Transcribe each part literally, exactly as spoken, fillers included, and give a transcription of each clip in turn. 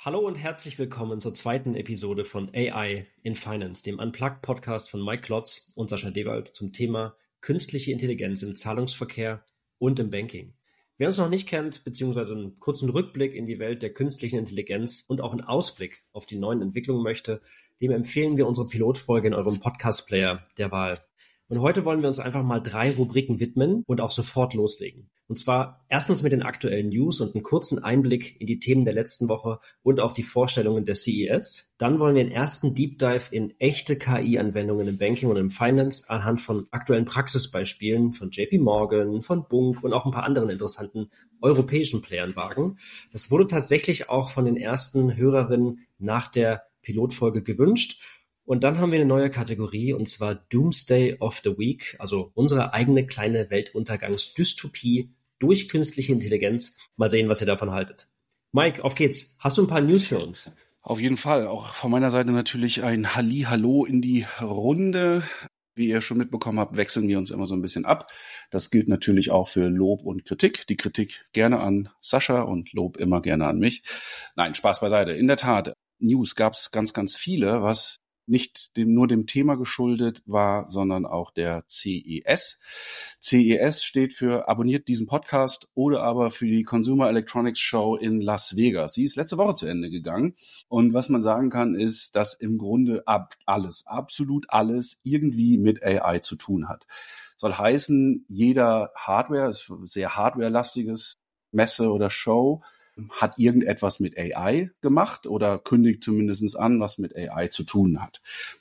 Hallo und herzlich willkommen zur zweiten Episode von A I in Finance, dem Unplugged-Podcast von Mike Klotz und Sascha Dewald zum Thema künstliche Intelligenz im Zahlungsverkehr und im Banking. Wer uns noch nicht kennt, beziehungsweise einen kurzen Rückblick in die Welt der künstlichen Intelligenz und auch einen Ausblick auf die neuen Entwicklungen möchte, dem empfehlen wir unsere Pilotfolge in eurem Podcast-Player der Wahl. Und heute wollen wir uns einfach mal drei Rubriken widmen und auch sofort loslegen. Und zwar erstens mit den aktuellen News und einen kurzen Einblick in die Themen der letzten Woche und auch die Vorstellungen der C E S. Dann wollen wir einen ersten Deep Dive in echte K I-Anwendungen im Banking und im Finance anhand von aktuellen Praxisbeispielen von J P Morgan, von Bunk und auch ein paar anderen interessanten europäischen Playern wagen. Das wurde tatsächlich auch von den ersten Hörerinnen nach der Pilotfolge gewünscht. Und dann haben wir eine neue Kategorie, und zwar Doomsday of the Week, also unsere eigene kleine Weltuntergangsdystopie durch künstliche Intelligenz. Mal sehen, was ihr davon haltet. Mike, auf geht's. Hast du ein paar News für uns? Auf jeden Fall. Auch von meiner Seite natürlich ein Halli-Hallo in die Runde. Wie ihr schon mitbekommen habt, wechseln wir uns immer so ein bisschen ab. Das gilt natürlich auch für Lob und Kritik. Die Kritik gerne an Sascha und Lob immer gerne an mich. Nein, Spaß beiseite. In der Tat, News gab es ganz, ganz viele, was nicht dem, nur dem Thema geschuldet war, sondern auch der C E S. C E S steht für abonniert diesen Podcast oder aber für die Consumer Electronics Show in Las Vegas. Sie ist letzte Woche zu Ende gegangen. Und was man sagen kann, ist, dass im Grunde ab alles, absolut alles irgendwie mit A I zu tun hat. Soll heißen, jeder Hardware, ist sehr hardwarelastiges Messe oder Show, hat irgendetwas mit A I gemacht oder kündigt zumindest an, was mit A I zu tun hat.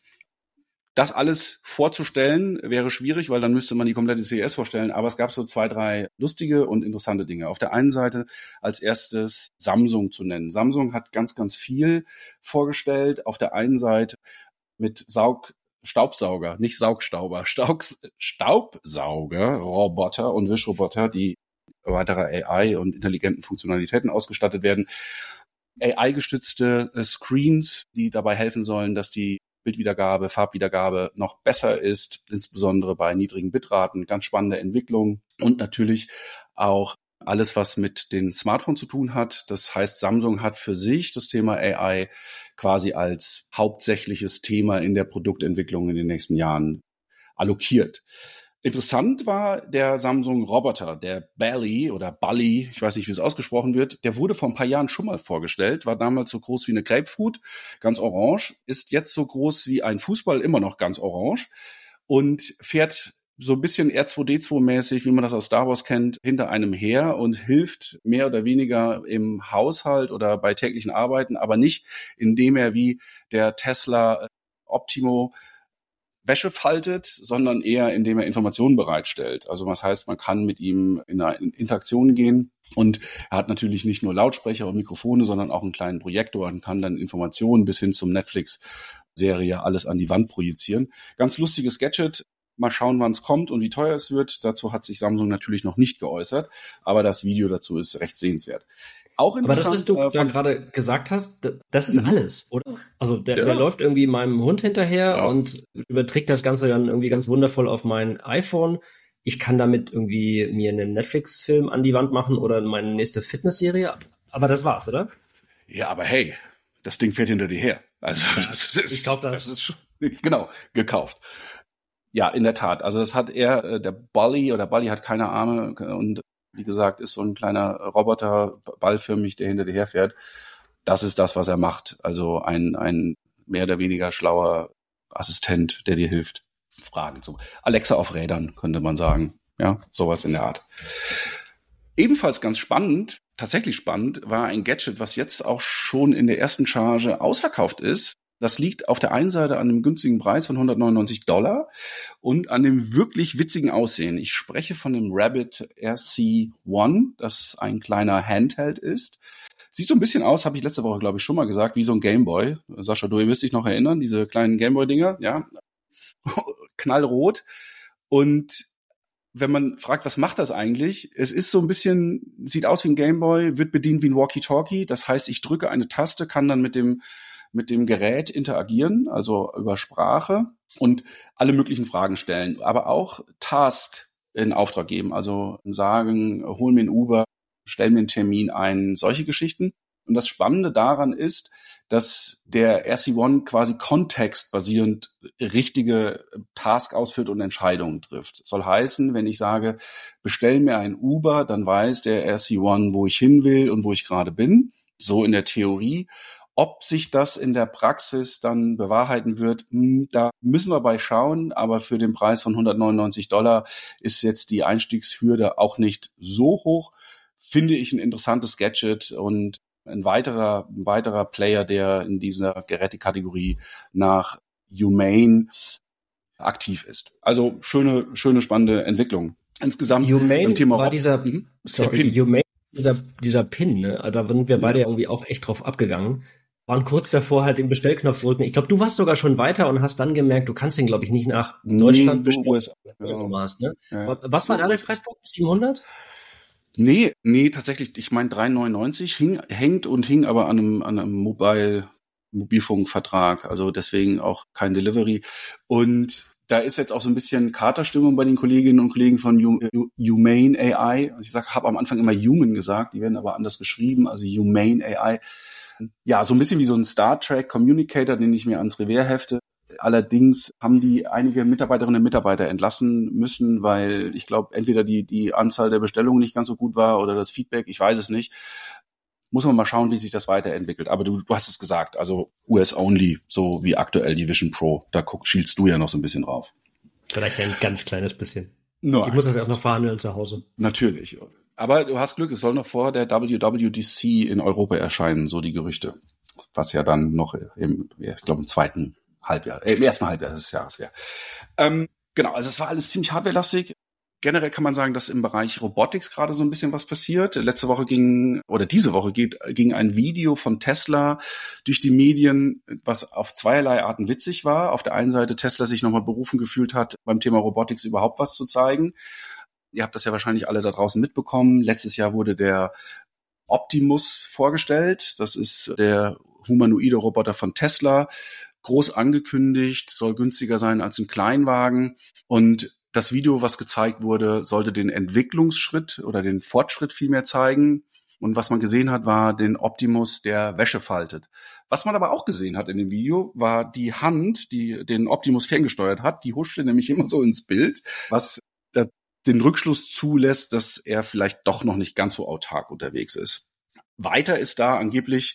Das alles vorzustellen wäre schwierig, weil dann müsste man die komplette C E S vorstellen. Aber es gab so zwei, drei lustige und interessante Dinge. Auf der einen Seite als erstes Samsung zu nennen. Samsung hat ganz, ganz viel vorgestellt. Auf der einen Seite mit Saug Staubsauger, nicht Saugstauber, Staub, Staubsauger, Roboter und Wischroboter, die weitere A I und intelligenten Funktionalitäten ausgestattet werden. A I-gestützte Screens, die dabei helfen sollen, dass die Bildwiedergabe, Farbwiedergabe noch besser ist, insbesondere bei niedrigen Bitraten. Ganz spannende Entwicklung. Und natürlich auch alles, was mit den Smartphones zu tun hat. Das heißt, Samsung hat für sich das Thema A I quasi als hauptsächliches Thema in der Produktentwicklung in den nächsten Jahren allokiert. Interessant war der Samsung Roboter, der Bally oder Bally, ich weiß nicht, wie es ausgesprochen wird, der wurde vor ein paar Jahren schon mal vorgestellt, war damals so groß wie eine Grapefruit, ganz orange, ist jetzt so groß wie ein Fußball, immer noch ganz orange und fährt so ein bisschen R zwei D zwei mäßig, wie man das aus Star Wars kennt, hinter einem her und hilft mehr oder weniger im Haushalt oder bei täglichen Arbeiten, aber nicht, indem er wie der Tesla Optimo Wäsche faltet, sondern eher, indem er Informationen bereitstellt. Also was heißt, man kann mit ihm in eine Interaktion gehen und er hat natürlich nicht nur Lautsprecher und Mikrofone, sondern auch einen kleinen Projektor und kann dann Informationen bis hin zum Netflix-Serie alles an die Wand projizieren. Ganz lustiges Gadget. Mal schauen, wann es kommt und wie teuer es wird. Dazu hat sich Samsung natürlich noch nicht geäußert, aber das Video dazu ist recht sehenswert. Auch aber das, was du äh, da gerade gesagt hast, das ist alles, oder? Also der, ja. der läuft irgendwie meinem Hund hinterher ja. und überträgt das Ganze dann irgendwie ganz wundervoll auf mein iPhone. Ich kann damit irgendwie mir einen Netflix-Film an die Wand machen oder meine nächste Fitnessserie. Aber das war's, oder? Ja, aber hey, das Ding fährt hinter dir her. Also das ist, ich glaube das. das ist schon, genau, gekauft. Ja, in der Tat. Also das hat er, der Bally oder Bally hat keine Arme und wie gesagt, ist so ein kleiner Roboter, ballförmig, der hinter dir herfährt. Das ist das, was er macht. Also ein, ein mehr oder weniger schlauer Assistent, der dir hilft, Fragen zu. Alexa auf Rädern, könnte man sagen. Ja, sowas in der Art. Ebenfalls ganz spannend, tatsächlich spannend, war ein Gadget, was jetzt auch schon in der ersten Charge ausverkauft ist. Das liegt auf der einen Seite an einem günstigen Preis von hundertneunundneunzig Dollar und an dem wirklich witzigen Aussehen. Ich spreche von dem Rabbit R C eins, das ein kleiner Handheld ist. Sieht so ein bisschen aus, habe ich letzte Woche, glaube ich, schon mal gesagt, wie so ein Gameboy. Sascha, du wirst dich noch erinnern, diese kleinen Gameboy-Dinger, ja, knallrot. Und wenn man fragt, was macht das eigentlich? Es ist so ein bisschen, sieht aus wie ein Gameboy, wird bedient wie ein Walkie-Talkie. Das heißt, ich drücke eine Taste, kann dann mit dem mit dem Gerät interagieren, also über Sprache und alle möglichen Fragen stellen, aber auch Task in Auftrag geben, also sagen, hol mir ein Uber, stell mir einen Termin ein, solche Geschichten. Und das Spannende daran ist, dass der R C eins quasi kontextbasierend richtige Task ausführt und Entscheidungen trifft. Soll heißen, wenn ich sage, bestell mir ein Uber, dann weiß der R C eins, wo ich hin will und wo ich gerade bin. So in der Theorie. Ob sich das in der Praxis dann bewahrheiten wird, da müssen wir bei schauen. Aber für den Preis von hundertneunundneunzig Dollar ist jetzt die Einstiegshürde auch nicht so hoch. Finde ich ein interessantes Gadget und ein weiterer, ein weiterer Player, der in dieser Gerätekategorie nach Humane aktiv ist. Also schöne, schöne, spannende Entwicklung. Insgesamt Humane im Thema war Rob- dieser, Mhm. sorry, Der Pin. Humane, dieser, dieser Pin, ne? Da sind wir beide Ja. irgendwie auch echt drauf abgegangen. Waren kurz davor, halt den Bestellknopf drücken. Ich glaube, du warst sogar schon weiter und hast dann gemerkt, du kannst den, glaube ich, nicht nach Deutschland Nee, bestellen. U S A. wenn Ja. du warst, ne? Ja. Was war da der Preispunkt? siebenhundert? Nee, nee, tatsächlich, ich meine drei neunundneunzig hing, hängt und hing aber an einem, an einem Mobile, Mobilfunkvertrag, also deswegen auch kein Delivery. Und da ist jetzt auch so ein bisschen Katerstimmung bei den Kolleginnen und Kollegen von Humane A I. Also ich sag, habe am Anfang immer Human gesagt, die werden aber anders geschrieben, also Humane A I. Ja, so ein bisschen wie so ein Star Trek Communicator, den ich mir ans Revers hefte. Allerdings haben die einige Mitarbeiterinnen und Mitarbeiter entlassen müssen, weil ich glaube, entweder die, die Anzahl der Bestellungen nicht ganz so gut war oder das Feedback, ich weiß es nicht. Muss man mal schauen, wie sich das weiterentwickelt. Aber du, du hast es gesagt, also U S-only, so wie aktuell die Vision Pro. Da guck, schielst du ja noch so ein bisschen drauf. Vielleicht ein ganz kleines bisschen. No, ich muss das erst noch verhandeln zu Hause. Natürlich. Aber du hast Glück, es soll noch vor der W W D C in Europa erscheinen, so die Gerüchte. Was ja dann noch im, ich glaube, im zweiten Halbjahr, äh, im ersten Halbjahr des Jahres wäre. Ähm, genau, also es war alles ziemlich hardwarelastig. Generell kann man sagen, dass im Bereich Robotics gerade so ein bisschen was passiert. Letzte Woche ging, oder diese Woche geht, ging ein Video von Tesla durch die Medien, was auf zweierlei Arten witzig war. Auf der einen Seite Tesla sich nochmal berufen gefühlt hat, beim Thema Robotics überhaupt was zu zeigen. Ihr habt das ja wahrscheinlich alle da draußen mitbekommen. Letztes Jahr wurde der Optimus vorgestellt. Das ist der humanoide Roboter von Tesla. Groß angekündigt, soll günstiger sein als ein Kleinwagen. Und das Video, was gezeigt wurde, sollte den Entwicklungsschritt oder den Fortschritt vielmehr zeigen. Und was man gesehen hat, war den Optimus, der Wäsche faltet. Was man aber auch gesehen hat in dem Video, war die Hand, die den Optimus ferngesteuert hat. Die huschte nämlich immer so ins Bild, was den Rückschluss zulässt, dass er vielleicht doch noch nicht ganz so autark unterwegs ist. Weiter ist da angeblich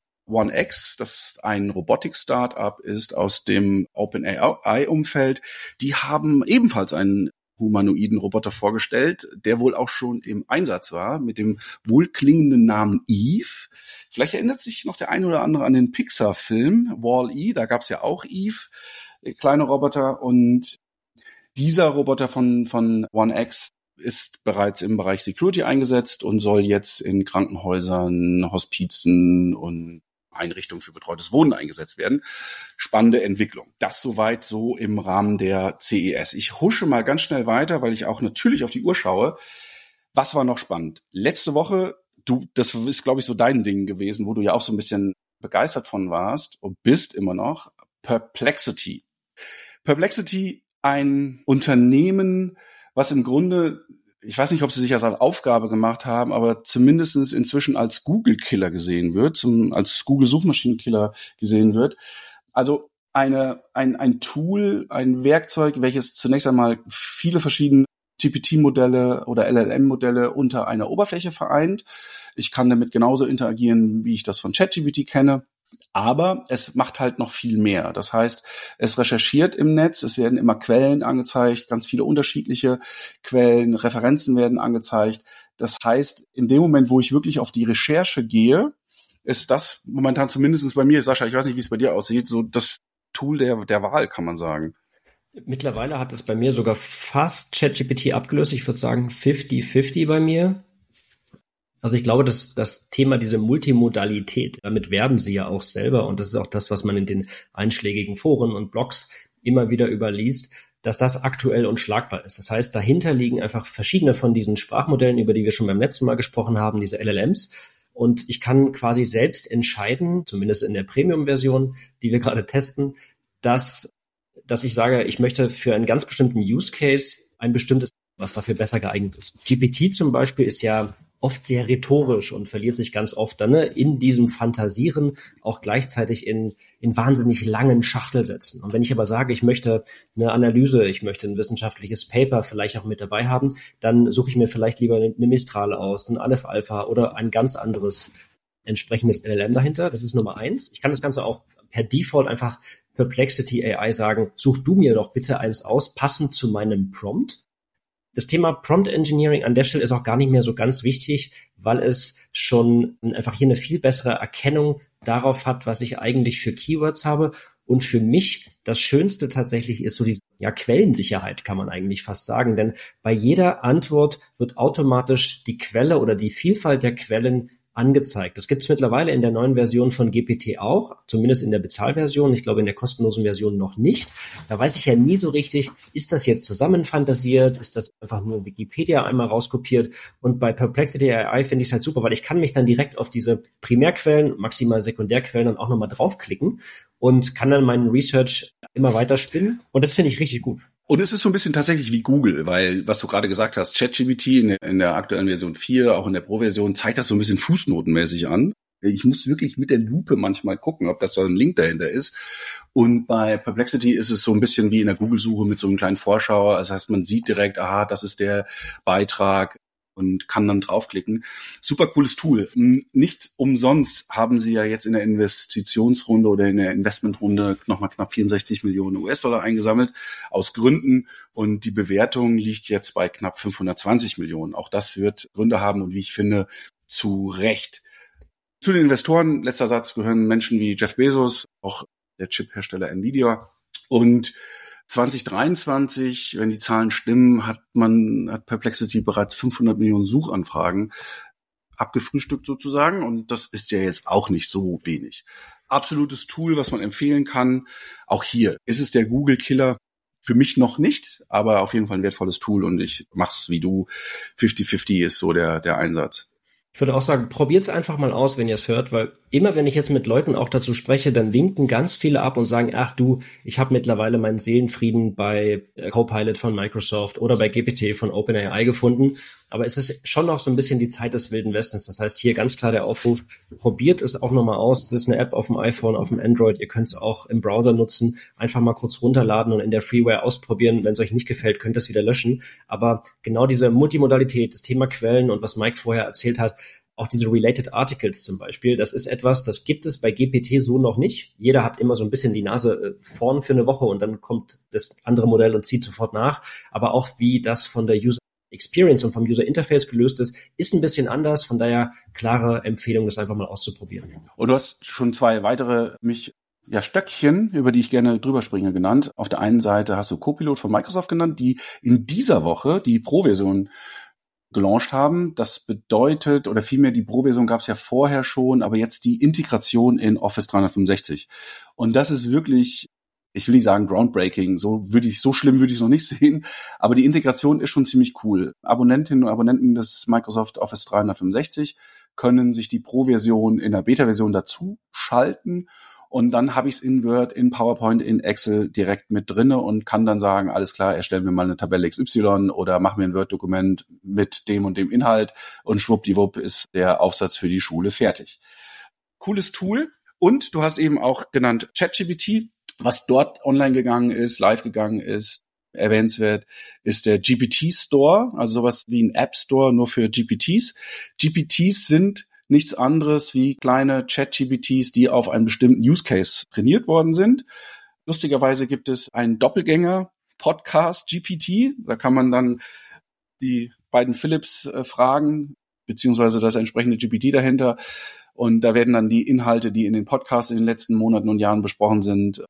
OneX, das ein Robotik-Startup ist aus dem OpenAI-Umfeld. Die haben ebenfalls einen humanoiden Roboter vorgestellt, der wohl auch schon im Einsatz war, mit dem wohlklingenden Namen Eve. Vielleicht erinnert sich noch der ein oder andere an den Pixar-Film Wall-E, da gab es ja auch Eve, kleine Roboter, und dieser Roboter von, von OneX ist bereits im Bereich Security eingesetzt und soll jetzt in Krankenhäusern, Hospizen und Einrichtungen für betreutes Wohnen eingesetzt werden. Spannende Entwicklung. Das soweit so im Rahmen der C E S. Ich husche mal ganz schnell weiter, weil ich auch natürlich auf die Uhr schaue. Was war noch spannend? Letzte Woche, du, das ist, glaube ich, so dein Ding gewesen, wo du ja auch so ein bisschen begeistert von warst und bist immer noch. Perplexity. Perplexity, ein Unternehmen, was im Grunde, ich weiß nicht, ob sie sich das als Aufgabe gemacht haben, aber zumindest inzwischen als Google-Killer gesehen wird, zum, als Google-Suchmaschinenkiller gesehen wird. Also eine, ein, ein Tool, ein Werkzeug, welches zunächst einmal viele verschiedene G P T-Modelle oder L L M-Modelle unter einer Oberfläche vereint. Ich kann damit genauso interagieren, wie ich das von ChatGPT kenne. Aber es macht halt noch viel mehr. Das heißt, es recherchiert im Netz, es werden immer Quellen angezeigt, ganz viele unterschiedliche Quellen, Referenzen werden angezeigt. Das heißt, in dem Moment, wo ich wirklich auf die Recherche gehe, ist das momentan zumindest bei mir, Sascha, ich weiß nicht, wie es bei dir aussieht, so das Tool der, der Wahl, kann man sagen. Mittlerweile hat es bei mir sogar fast ChatGPT abgelöst. Ich würde sagen fünfzig fünfzig bei mir. Also ich glaube, dass das Thema diese Multimodalität, damit werben sie ja auch selber, und das ist auch das, was man in den einschlägigen Foren und Blogs immer wieder überliest, dass das aktuell unschlagbar ist. Das heißt, dahinter liegen einfach verschiedene von diesen Sprachmodellen, über die wir schon beim letzten Mal gesprochen haben, diese L L Ms. Und ich kann quasi selbst entscheiden, zumindest in der Premium-Version, die wir gerade testen, dass, dass ich sage, ich möchte für einen ganz bestimmten Use Case ein bestimmtes, was dafür besser geeignet ist. G P T zum Beispiel ist ja oft sehr rhetorisch und verliert sich ganz oft dann ne, in diesem Fantasieren, auch gleichzeitig in, in wahnsinnig langen Schachtelsätzen. Und wenn ich aber sage, ich möchte eine Analyse, ich möchte ein wissenschaftliches Paper vielleicht auch mit dabei haben, dann suche ich mir vielleicht lieber eine, eine Mistral aus, ein Aleph Alpha oder ein ganz anderes entsprechendes L L M dahinter. Das ist Nummer eins. Ich kann das Ganze auch per Default einfach Perplexity A I sagen, such du mir doch bitte eins aus, passend zu meinem Prompt. Das Thema Prompt Engineering an der Stelle ist auch gar nicht mehr so ganz wichtig, weil es schon einfach hier eine viel bessere Erkennung darauf hat, was ich eigentlich für Keywords habe. Und für mich das Schönste tatsächlich ist so diese ja, Quellensicherheit, kann man eigentlich fast sagen. Denn bei jeder Antwort wird automatisch die Quelle oder die Vielfalt der Quellen angezeigt. Das gibt es mittlerweile in der neuen Version von G P T auch, zumindest in der Bezahlversion. Ich glaube, in der kostenlosen Version noch nicht. Da weiß ich ja nie so richtig, ist das jetzt zusammenfantasiert? Ist das einfach nur Wikipedia einmal rauskopiert? Und bei Perplexity A I finde ich es halt super, weil ich kann mich dann direkt auf diese Primärquellen, maximal Sekundärquellen dann auch nochmal draufklicken und kann dann meinen Research immer weiter spinnen. Und das finde ich richtig gut. Und es ist so ein bisschen tatsächlich wie Google, weil, was du gerade gesagt hast, ChatGPT in der, in der aktuellen Version vier, auch in der Pro-Version, zeigt das so ein bisschen fußnotenmäßig an. Ich muss wirklich mit der Lupe manchmal gucken, ob das da ein Link dahinter ist. Und bei Perplexity ist es so ein bisschen wie in der Google-Suche mit so einem kleinen Vorschauer. Das heißt, man sieht direkt, aha, das ist der Beitrag und kann dann draufklicken. Super cooles Tool. Nicht umsonst haben sie ja jetzt in der Investitionsrunde oder in der Investmentrunde nochmal knapp vierundsechzig Millionen U S-Dollar eingesammelt, aus Gründen. Und die Bewertung liegt jetzt bei knapp fünfhundertzwanzig Millionen. Auch das wird Gründe haben und wie ich finde, zu Recht. Zu den Investoren, letzter Satz, gehören Menschen wie Jeff Bezos, auch der Chip-Hersteller Nvidia. Und zwanzig dreiundzwanzig, wenn die Zahlen stimmen, hat man, hat Perplexity bereits fünfhundert Millionen Suchanfragen abgefrühstückt sozusagen. Und das ist ja jetzt auch nicht so wenig. Absolutes Tool, was man empfehlen kann. Auch hier ist es der Google-Killer. Für mich noch nicht, aber auf jeden Fall ein wertvolles Tool und ich mach's wie du. fünfzig fünfzig ist so der, der Einsatz. Ich würde auch sagen, probiert's einfach mal aus, wenn ihr es hört, weil immer, wenn ich jetzt mit Leuten auch dazu spreche, dann winken ganz viele ab und sagen, ach du, ich habe mittlerweile meinen Seelenfrieden bei Copilot von Microsoft oder bei G P T von OpenAI gefunden. Aber es ist schon noch so ein bisschen die Zeit des Wilden Westens. Das heißt, hier ganz klar der Aufruf, probiert es auch nochmal aus. Das ist eine App auf dem iPhone, auf dem Android. Ihr könnt es auch im Browser nutzen. Einfach mal kurz runterladen und in der Freeware ausprobieren. Wenn es euch nicht gefällt, könnt ihr es wieder löschen. Aber genau diese Multimodalität, das Thema Quellen und was Mike vorher erzählt hat, auch diese Related Articles zum Beispiel, das ist etwas, das gibt es bei G P T so noch nicht. Jeder hat immer so ein bisschen die Nase vorn für eine Woche und dann kommt das andere Modell und zieht sofort nach. Aber auch wie das von der User Experience und vom User Interface gelöst ist, ist ein bisschen anders. Von daher klare Empfehlung, das einfach mal auszuprobieren. Und du hast schon zwei weitere mich ja Stöckchen, über die ich gerne drüber springe, genannt. Auf der einen Seite hast du Copilot von Microsoft genannt, die in dieser Woche die Pro-Version gelauncht haben. Das bedeutet, oder vielmehr die Pro-Version gab es ja vorher schon, aber jetzt die Integration in Office dreihundertfünfundsechzig. Und das ist wirklich, ich will nicht sagen groundbreaking, so würde ich, so schlimm würde ich es noch nicht sehen, aber die Integration ist schon ziemlich cool. Abonnentinnen und Abonnenten des Microsoft Office dreihundertfünfundsechzig können sich die Pro-Version in der Beta-Version dazu schalten. Und dann habe ich es in Word, in PowerPoint, in Excel direkt mit drinne und kann dann sagen, alles klar, erstellen wir mal eine Tabelle X Y oder machen wir ein Word-Dokument mit dem und dem Inhalt und schwuppdiwupp ist der Aufsatz für die Schule fertig. Cooles Tool. Und du hast eben auch genannt ChatGPT, was dort online gegangen ist, live gegangen ist. Erwähnenswert ist der G P T Store, also sowas wie ein App Store nur für G P Ts. G P Ts sind nichts anderes wie kleine Chat-G P Ts, die auf einen bestimmten Use Case trainiert worden sind. Lustigerweise gibt es einen Doppelgänger-Podcast G P T. Da kann man dann die beiden Philips äh, fragen, beziehungsweise das entsprechende G P T dahinter. Und da werden dann die Inhalte, die in den Podcasts in den letzten Monaten und Jahren besprochen sind,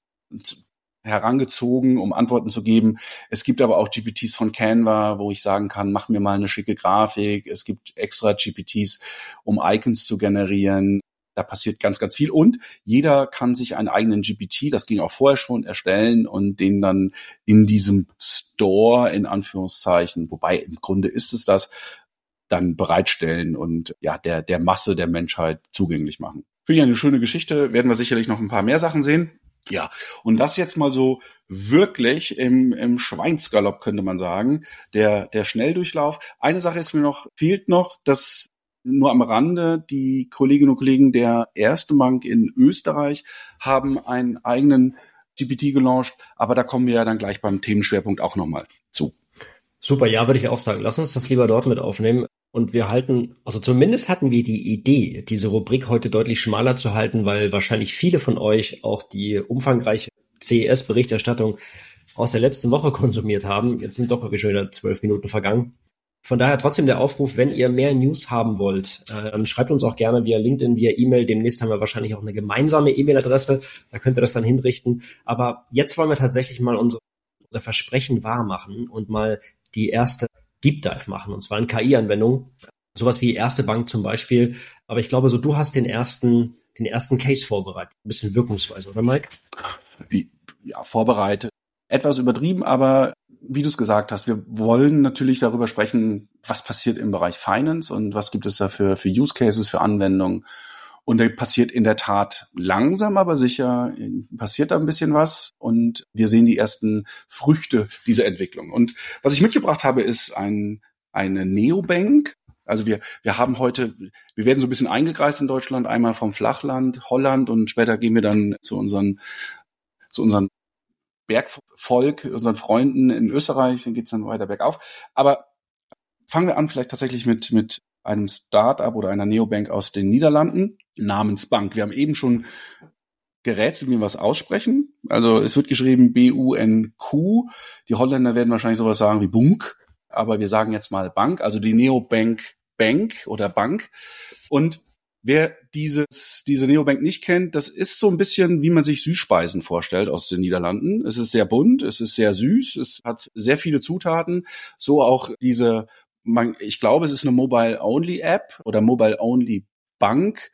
herangezogen, um Antworten zu geben. Es gibt aber auch G P Ts von Canva, wo ich sagen kann, mach mir mal eine schicke Grafik. Es gibt extra G P Ts, um Icons zu generieren. Da passiert ganz, ganz viel. Und jeder kann sich einen eigenen G P T, das ging auch vorher schon, erstellen und den dann in diesem Store, in Anführungszeichen, wobei im Grunde ist es das, dann bereitstellen und ja der der Masse der Menschheit zugänglich machen. Finde ich eine schöne Geschichte. Werden wir sicherlich noch ein paar mehr Sachen sehen. Ja, und das jetzt mal so wirklich im, im Schweinsgalopp, könnte man sagen, der, der Schnelldurchlauf. Eine Sache ist mir noch, fehlt noch, das Nur am Rande, die Kolleginnen und Kollegen der Erste Bank in Österreich haben einen eigenen G P T gelauncht, aber da kommen wir ja dann gleich beim Themenschwerpunkt auch nochmal zu. Super, ja, würde ich auch sagen. Lass uns das lieber dort mit aufnehmen. Und wir halten, also zumindest hatten wir die Idee, diese Rubrik heute deutlich schmaler zu halten, weil wahrscheinlich viele von euch auch die umfangreiche C E S-Berichterstattung aus der letzten Woche konsumiert haben. Jetzt sind doch irgendwie schon wieder zwölf Minuten vergangen. Von daher trotzdem der Aufruf, wenn ihr mehr News haben wollt, äh, dann schreibt uns auch gerne via LinkedIn, via E-Mail. Demnächst haben wir wahrscheinlich auch eine gemeinsame E-Mail-Adresse. Da könnt ihr das dann hinrichten. Aber jetzt wollen wir tatsächlich mal unsere, unser Versprechen wahr machen und mal die erste Deep Dive machen. Und zwar in K I-Anwendungen. Sowas wie Erste Bank zum Beispiel. Aber ich glaube, so du hast den ersten, den ersten Case vorbereitet. Ein bisschen wirkungsweise, oder Mike? Ja, vorbereitet. Etwas übertrieben, aber wie du es gesagt hast, wir wollen natürlich darüber sprechen, was passiert im Bereich Finance und was gibt es da für, für Use Cases, für Anwendungen. Und da passiert in der Tat langsam, aber sicher, passiert da ein bisschen was. Und wir sehen die ersten Früchte dieser Entwicklung. Und was ich mitgebracht habe, ist ein, eine Neobank. Also wir, wir haben heute, wir werden so ein bisschen eingekreist in Deutschland, einmal vom Flachland, Holland und später gehen wir dann zu unseren, zu unseren Bergvolk, unseren Freunden in Österreich, dann geht's dann weiter bergauf. Aber fangen wir an vielleicht tatsächlich mit mit einem Start-up oder einer Neobank aus den Niederlanden namens Bank. Wir haben eben schon gerätselt, wie wir was aussprechen. Also es wird geschrieben B U N Q. Die Holländer werden wahrscheinlich sowas sagen wie Bunk, aber wir sagen jetzt mal Bank, also die Neobank Bank oder Bank. Und wer dieses, diese Neobank nicht kennt, das ist so ein bisschen, wie man sich Süßspeisen vorstellt aus den Niederlanden. Es ist sehr bunt, es ist sehr süß, es hat sehr viele Zutaten. So auch diese, man, ich glaube, es ist eine Mobile-Only-App oder Mobile-Only-Bank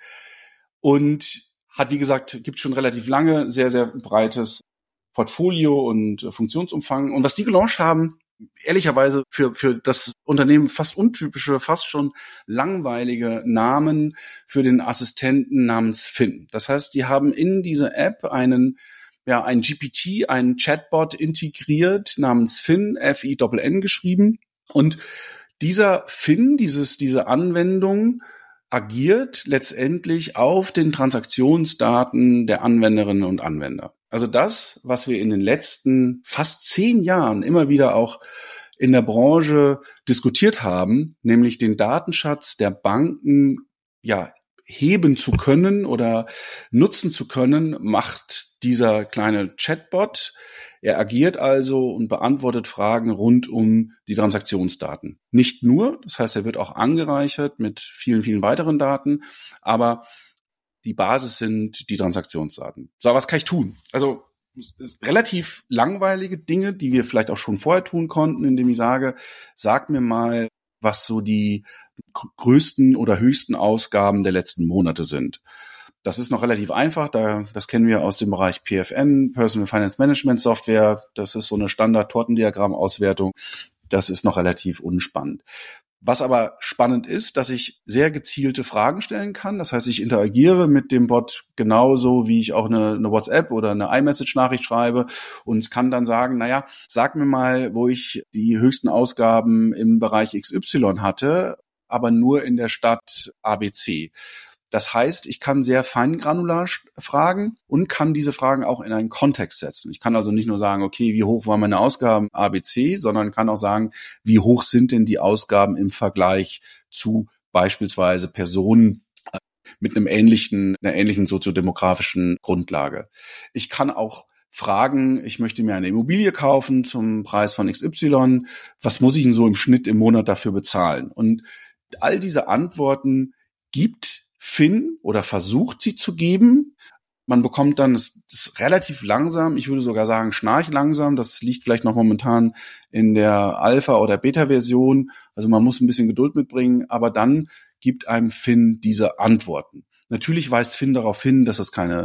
und hat, wie gesagt, gibt schon relativ lange sehr, sehr breites Portfolio und Funktionsumfang. Und was die gelauncht haben, ehrlicherweise für für das Unternehmen fast untypische, fast schon langweilige Namen für den Assistenten namens Finn. Das heißt, die haben in diese App einen ja ein G P T, einen Chatbot integriert namens Finn, F I N N geschrieben. Und dieser Finn, dieses diese Anwendung agiert letztendlich auf den Transaktionsdaten der Anwenderinnen und Anwender. Also das, was wir in den letzten fast zehn Jahren immer wieder auch in der Branche diskutiert haben, nämlich den Datenschatz der Banken, ja, heben zu können oder nutzen zu können, macht dieser kleine Chatbot. Er agiert also und beantwortet Fragen rund um die Transaktionsdaten. Nicht nur, das heißt, er wird auch angereichert mit vielen, vielen weiteren Daten, aber die Basis sind die Transaktionsdaten. So, was kann ich tun? Also relativ langweilige Dinge, die wir vielleicht auch schon vorher tun konnten, indem ich sage, sag mir mal, was so die größten oder höchsten Ausgaben der letzten Monate sind. Das ist noch relativ einfach, da, das kennen wir aus dem Bereich P F N, Personal Finance Management Software. Das ist so eine Standard-Tortendiagramm-Auswertung. Das ist noch relativ unspannend. Was aber spannend ist, dass ich sehr gezielte Fragen stellen kann. Das heißt, ich interagiere mit dem Bot genauso, wie ich auch eine, eine WhatsApp oder eine iMessage-Nachricht schreibe und kann dann sagen, naja, sag mir mal, wo ich die höchsten Ausgaben im Bereich X Y hatte, aber nur in der Stadt A B C. Das heißt, ich kann sehr feingranular fragen und kann diese Fragen auch in einen Kontext setzen. Ich kann also nicht nur sagen, okay, wie hoch waren meine Ausgaben A B C, sondern kann auch sagen, wie hoch sind denn die Ausgaben im Vergleich zu beispielsweise Personen mit einem ähnlichen, einer ähnlichen soziodemografischen Grundlage. Ich kann auch fragen, ich möchte mir eine Immobilie kaufen zum Preis von X Y. Was muss ich denn so im Schnitt im Monat dafür bezahlen? Und all diese Antworten gibt Finn oder versucht sie zu geben. Man bekommt dann, das ist relativ langsam, ich würde sogar sagen schnarchlangsam, das liegt vielleicht noch momentan in der Alpha- oder Beta-Version, also man muss ein bisschen Geduld mitbringen, aber dann gibt einem Finn diese Antworten. Natürlich weist Finn darauf hin, dass das keine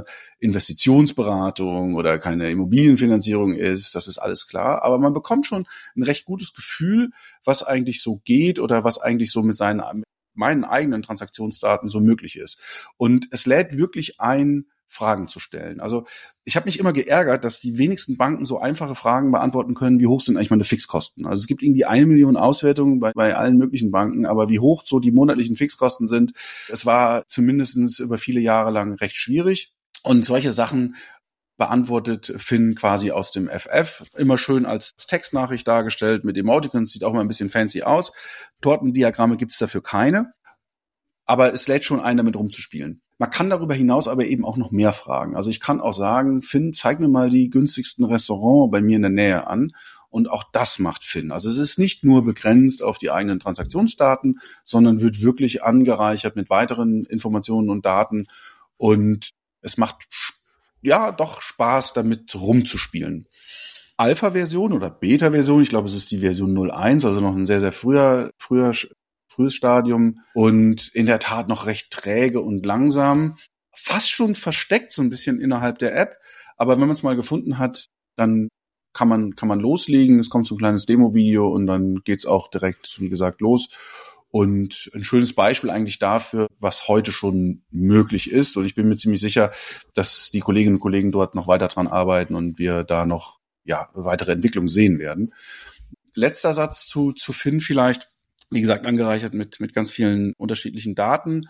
Investitionsberatung oder keine Immobilienfinanzierung ist, das ist alles klar, aber man bekommt schon ein recht gutes Gefühl, was eigentlich so geht oder was eigentlich so mit seinen meinen eigenen Transaktionsdaten so möglich ist. Und es lädt wirklich ein Fragen zu stellen. Also ich habe mich immer geärgert, dass die wenigsten Banken so einfache Fragen beantworten können, wie hoch sind eigentlich meine Fixkosten. Also es gibt irgendwie eine Million Auswertungen bei, bei allen möglichen Banken, aber wie hoch so die monatlichen Fixkosten sind, das war zumindest über viele Jahre lang recht schwierig. Und solche Sachen beantwortet Finn quasi aus dem F F. Immer schön als Textnachricht dargestellt mit Emoticons, sieht auch mal ein bisschen fancy aus. Tortendiagramme gibt's dafür keine, aber es lädt schon ein, damit rumzuspielen. Man kann darüber hinaus aber eben auch noch mehr fragen. Also ich kann auch sagen, Finn, zeig mir mal die günstigsten Restaurants bei mir in der Nähe an. Und auch das macht Finn. Also es ist nicht nur begrenzt auf die eigenen Transaktionsdaten, sondern wird wirklich angereichert mit weiteren Informationen und Daten. Und es macht ja doch Spaß, damit rumzuspielen. Alpha-Version oder Beta-Version, ich glaube, es ist die Version null Punkt eins, also noch ein sehr, sehr früher, früher frühes Stadium und in der Tat noch recht träge und langsam, fast schon versteckt so ein bisschen innerhalb der App, aber wenn man es mal gefunden hat, dann kann man kann man loslegen, es kommt so ein kleines Demo-Video und dann geht's auch direkt, wie gesagt, los und ein schönes Beispiel eigentlich dafür, was heute schon möglich ist und ich bin mir ziemlich sicher, dass die Kolleginnen und Kollegen dort noch weiter dran arbeiten und wir da noch ja weitere Entwicklungen sehen werden. Letzter Satz zu zu Finn vielleicht. Wie gesagt, angereichert mit mit ganz vielen unterschiedlichen Daten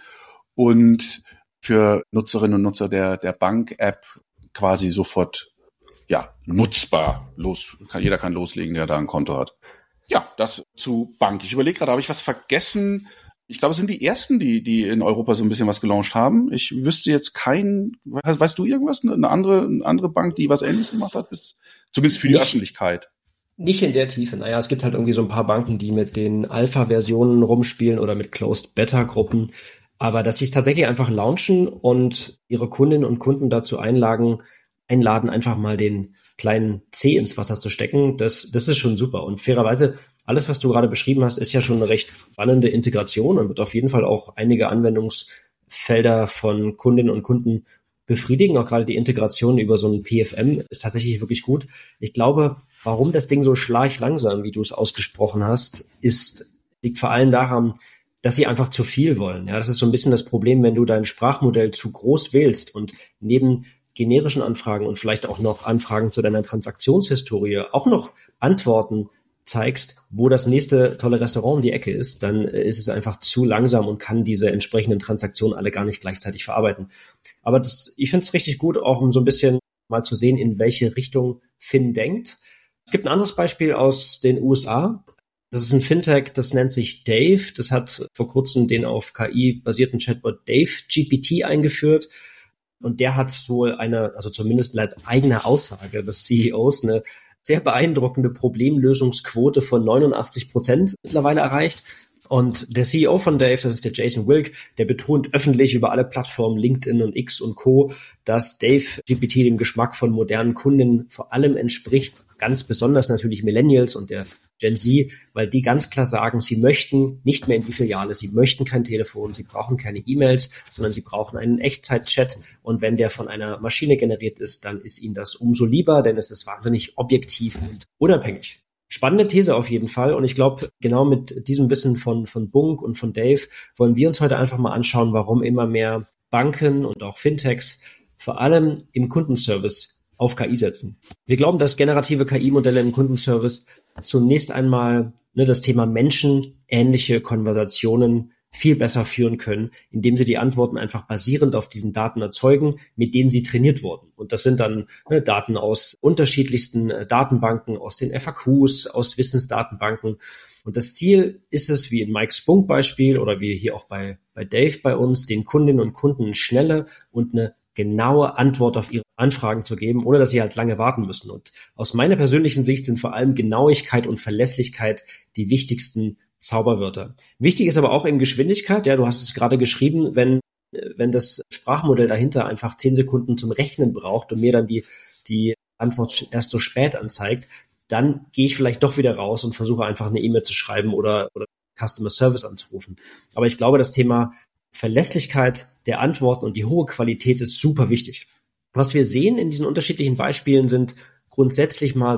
und für Nutzerinnen und Nutzer der der Bank-App quasi sofort ja nutzbar. Los, kann, jeder kann loslegen, der da ein Konto hat. Ja, das zu Bank. Ich überlege gerade, habe ich was vergessen? Ich glaube, es sind die ersten, die die in Europa so ein bisschen was gelauncht haben. Ich wüsste jetzt kein, weißt du irgendwas? Eine andere eine andere Bank, die was Ähnliches gemacht hat, bis zumindest für die Nicht. Öffentlichkeit. Nicht in der Tiefe. Naja, es gibt halt irgendwie so ein paar Banken, die mit den Alpha-Versionen rumspielen oder mit Closed-Beta-Gruppen. Aber dass sie es tatsächlich einfach launchen und ihre Kundinnen und Kunden dazu einladen, einladen, einfach mal den kleinen Zeh ins Wasser zu stecken, das, das ist schon super. Und fairerweise, alles, was du gerade beschrieben hast, ist ja schon eine recht spannende Integration und wird auf jeden Fall auch einige Anwendungsfelder von Kundinnen und Kunden befriedigen. Auch gerade die Integration über so ein P F M ist tatsächlich wirklich gut. Ich glaube, warum das Ding so schlaglangsam, wie du es ausgesprochen hast, ist, liegt vor allem daran, dass sie einfach zu viel wollen. Ja, das ist so ein bisschen das Problem, wenn du dein Sprachmodell zu groß wählst und neben generischen Anfragen und vielleicht auch noch Anfragen zu deiner Transaktionshistorie auch noch Antworten zeigst, wo das nächste tolle Restaurant um die Ecke ist, dann ist es einfach zu langsam und kann diese entsprechenden Transaktionen alle gar nicht gleichzeitig verarbeiten. Aber das, ich finde es richtig gut, auch um so ein bisschen mal zu sehen, in welche Richtung Finn denkt. Es gibt ein anderes Beispiel aus den U S A. Das ist ein Fintech, das nennt sich Dave. Das hat vor kurzem den auf K I-basierten Chatbot Dave G P T eingeführt. Und der hat wohl eine, also zumindest laut eigener Aussage des C E Os, eine sehr beeindruckende Problemlösungsquote von neunundachtzig Prozent mittlerweile erreicht. Und der C E O von Dave, das ist der Jason Wilk, der betont öffentlich über alle Plattformen LinkedIn und X und Co., dass Dave G P T dem Geschmack von modernen Kunden vor allem entspricht, ganz besonders natürlich Millennials und der Gen Z, weil die ganz klar sagen, sie möchten nicht mehr in die Filiale, sie möchten kein Telefon, sie brauchen keine E-Mails, sondern sie brauchen einen Echtzeit-Chat und wenn der von einer Maschine generiert ist, dann ist ihnen das umso lieber, denn es ist wahnsinnig objektiv und unabhängig. Spannende These auf jeden Fall und ich glaube, genau mit diesem Wissen von von Bunk und von Dave wollen wir uns heute einfach mal anschauen, warum immer mehr Banken und auch Fintechs vor allem im Kundenservice auf K I setzen. Wir glauben, dass generative K I-Modelle im Kundenservice zunächst einmal ne, das Thema menschenähnliche Konversationen viel besser führen können, indem sie die Antworten einfach basierend auf diesen Daten erzeugen, mit denen sie trainiert wurden. Und das sind dann ne, Daten aus unterschiedlichsten äh, Datenbanken, aus den F A Qs, aus Wissensdatenbanken. Und das Ziel ist es, wie in Mikes Bunk-Beispiel oder wie hier auch bei, bei Dave bei uns, den Kundinnen und Kunden eine schnelle und eine genaue Antwort auf ihre Anfragen zu geben, ohne dass sie halt lange warten müssen. Und aus meiner persönlichen Sicht sind vor allem Genauigkeit und Verlässlichkeit die wichtigsten Zauberwörter. Wichtig ist aber auch eben Geschwindigkeit. Ja, du hast es gerade geschrieben, wenn wenn das Sprachmodell dahinter einfach zehn Sekunden zum Rechnen braucht und mir dann die die Antwort erst so spät anzeigt, dann gehe ich vielleicht doch wieder raus und versuche einfach eine E-Mail zu schreiben oder oder Customer Service anzurufen. Aber ich glaube, das Thema Verlässlichkeit der Antworten und die hohe Qualität ist super wichtig. Was wir sehen in diesen unterschiedlichen Beispielen sind grundsätzlich mal so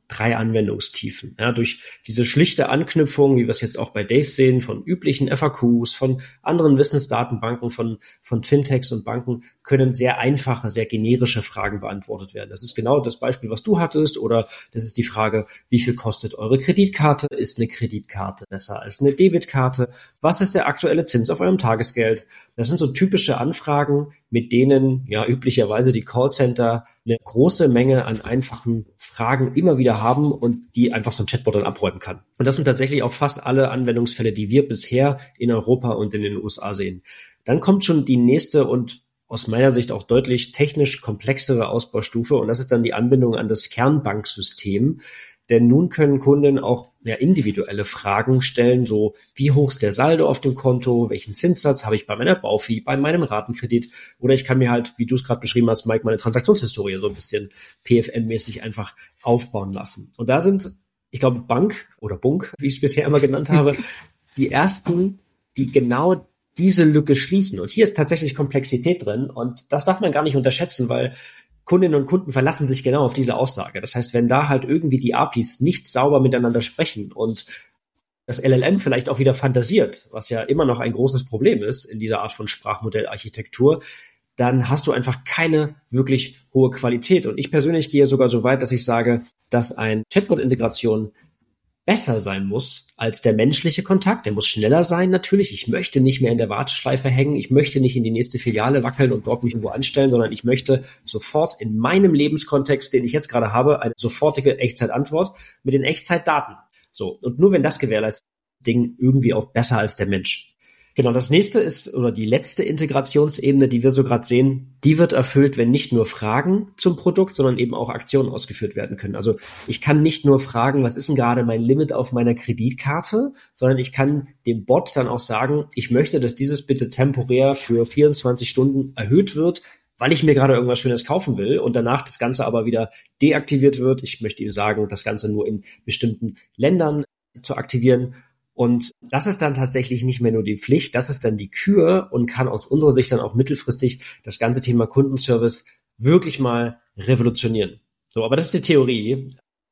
drei Anwendungstiefen. Ja, durch diese schlichte Anknüpfung, wie wir es jetzt auch bei Dave sehen, von üblichen F A Qs, von anderen Wissensdatenbanken, von, von Fintechs und Banken, können sehr einfache, sehr generische Fragen beantwortet werden. Das ist genau das Beispiel, was du hattest, oder das ist die Frage, wie viel kostet eure Kreditkarte? Ist eine Kreditkarte besser als eine Debitkarte? Was ist der aktuelle Zins auf eurem Tagesgeld? Das sind so typische Anfragen, mit denen ja üblicherweise die Callcenter eine große Menge an einfachen Fragen immer wieder haben und die einfach so ein Chatbot dann abräumen kann. Und das sind tatsächlich auch fast alle Anwendungsfälle, die wir bisher in Europa und in den U S A sehen. Dann kommt schon die nächste und aus meiner Sicht auch deutlich technisch komplexere Ausbaustufe, und das ist dann die Anbindung an das Kernbanksystem. Denn nun können Kunden auch ja, individuelle Fragen stellen, so wie hoch ist der Saldo auf dem Konto, welchen Zinssatz habe ich bei meiner Baufi, bei meinem Ratenkredit, oder ich kann mir halt, wie du es gerade beschrieben hast, Mike, meine Transaktionshistorie so ein bisschen P F M-mäßig einfach aufbauen lassen. Und da sind, ich glaube, Bank oder Bunk, wie ich es bisher immer genannt habe, die ersten, die genau diese Lücke schließen. Und hier ist tatsächlich Komplexität drin, und das darf man gar nicht unterschätzen, weil Kundinnen und Kunden verlassen sich genau auf diese Aussage. Das heißt, wenn da halt irgendwie die A P Is nicht sauber miteinander sprechen und das L L M vielleicht auch wieder fantasiert, was ja immer noch ein großes Problem ist in dieser Art von Sprachmodellarchitektur, dann hast du einfach keine wirklich hohe Qualität. Und ich persönlich gehe sogar so weit, dass ich sage, dass ein Chatbot-Integration besser sein muss als der menschliche Kontakt. Der muss schneller sein natürlich. Ich möchte nicht mehr in der Warteschleife hängen. Ich möchte nicht in die nächste Filiale wackeln und dort mich irgendwo anstellen, sondern ich möchte sofort in meinem Lebenskontext, den ich jetzt gerade habe, eine sofortige Echtzeitantwort mit den Echtzeitdaten. So. Und nur wenn das gewährleistet ist, das Ding irgendwie auch besser als der Mensch. Genau, das nächste ist, oder die letzte Integrationsebene, die wir so gerade sehen, die wird erfüllt, wenn nicht nur Fragen zum Produkt, sondern eben auch Aktionen ausgeführt werden können. Also ich kann nicht nur fragen, was ist denn gerade mein Limit auf meiner Kreditkarte, sondern ich kann dem Bot dann auch sagen, ich möchte, dass dieses bitte temporär für vierundzwanzig Stunden erhöht wird, weil ich mir gerade irgendwas Schönes kaufen will, und danach das Ganze aber wieder deaktiviert wird. Ich möchte ihm sagen, das Ganze nur in bestimmten Ländern zu aktivieren. Und das ist dann tatsächlich nicht mehr nur die Pflicht, das ist dann die Kür und kann aus unserer Sicht dann auch mittelfristig das ganze Thema Kundenservice wirklich mal revolutionieren. So, aber das ist die Theorie.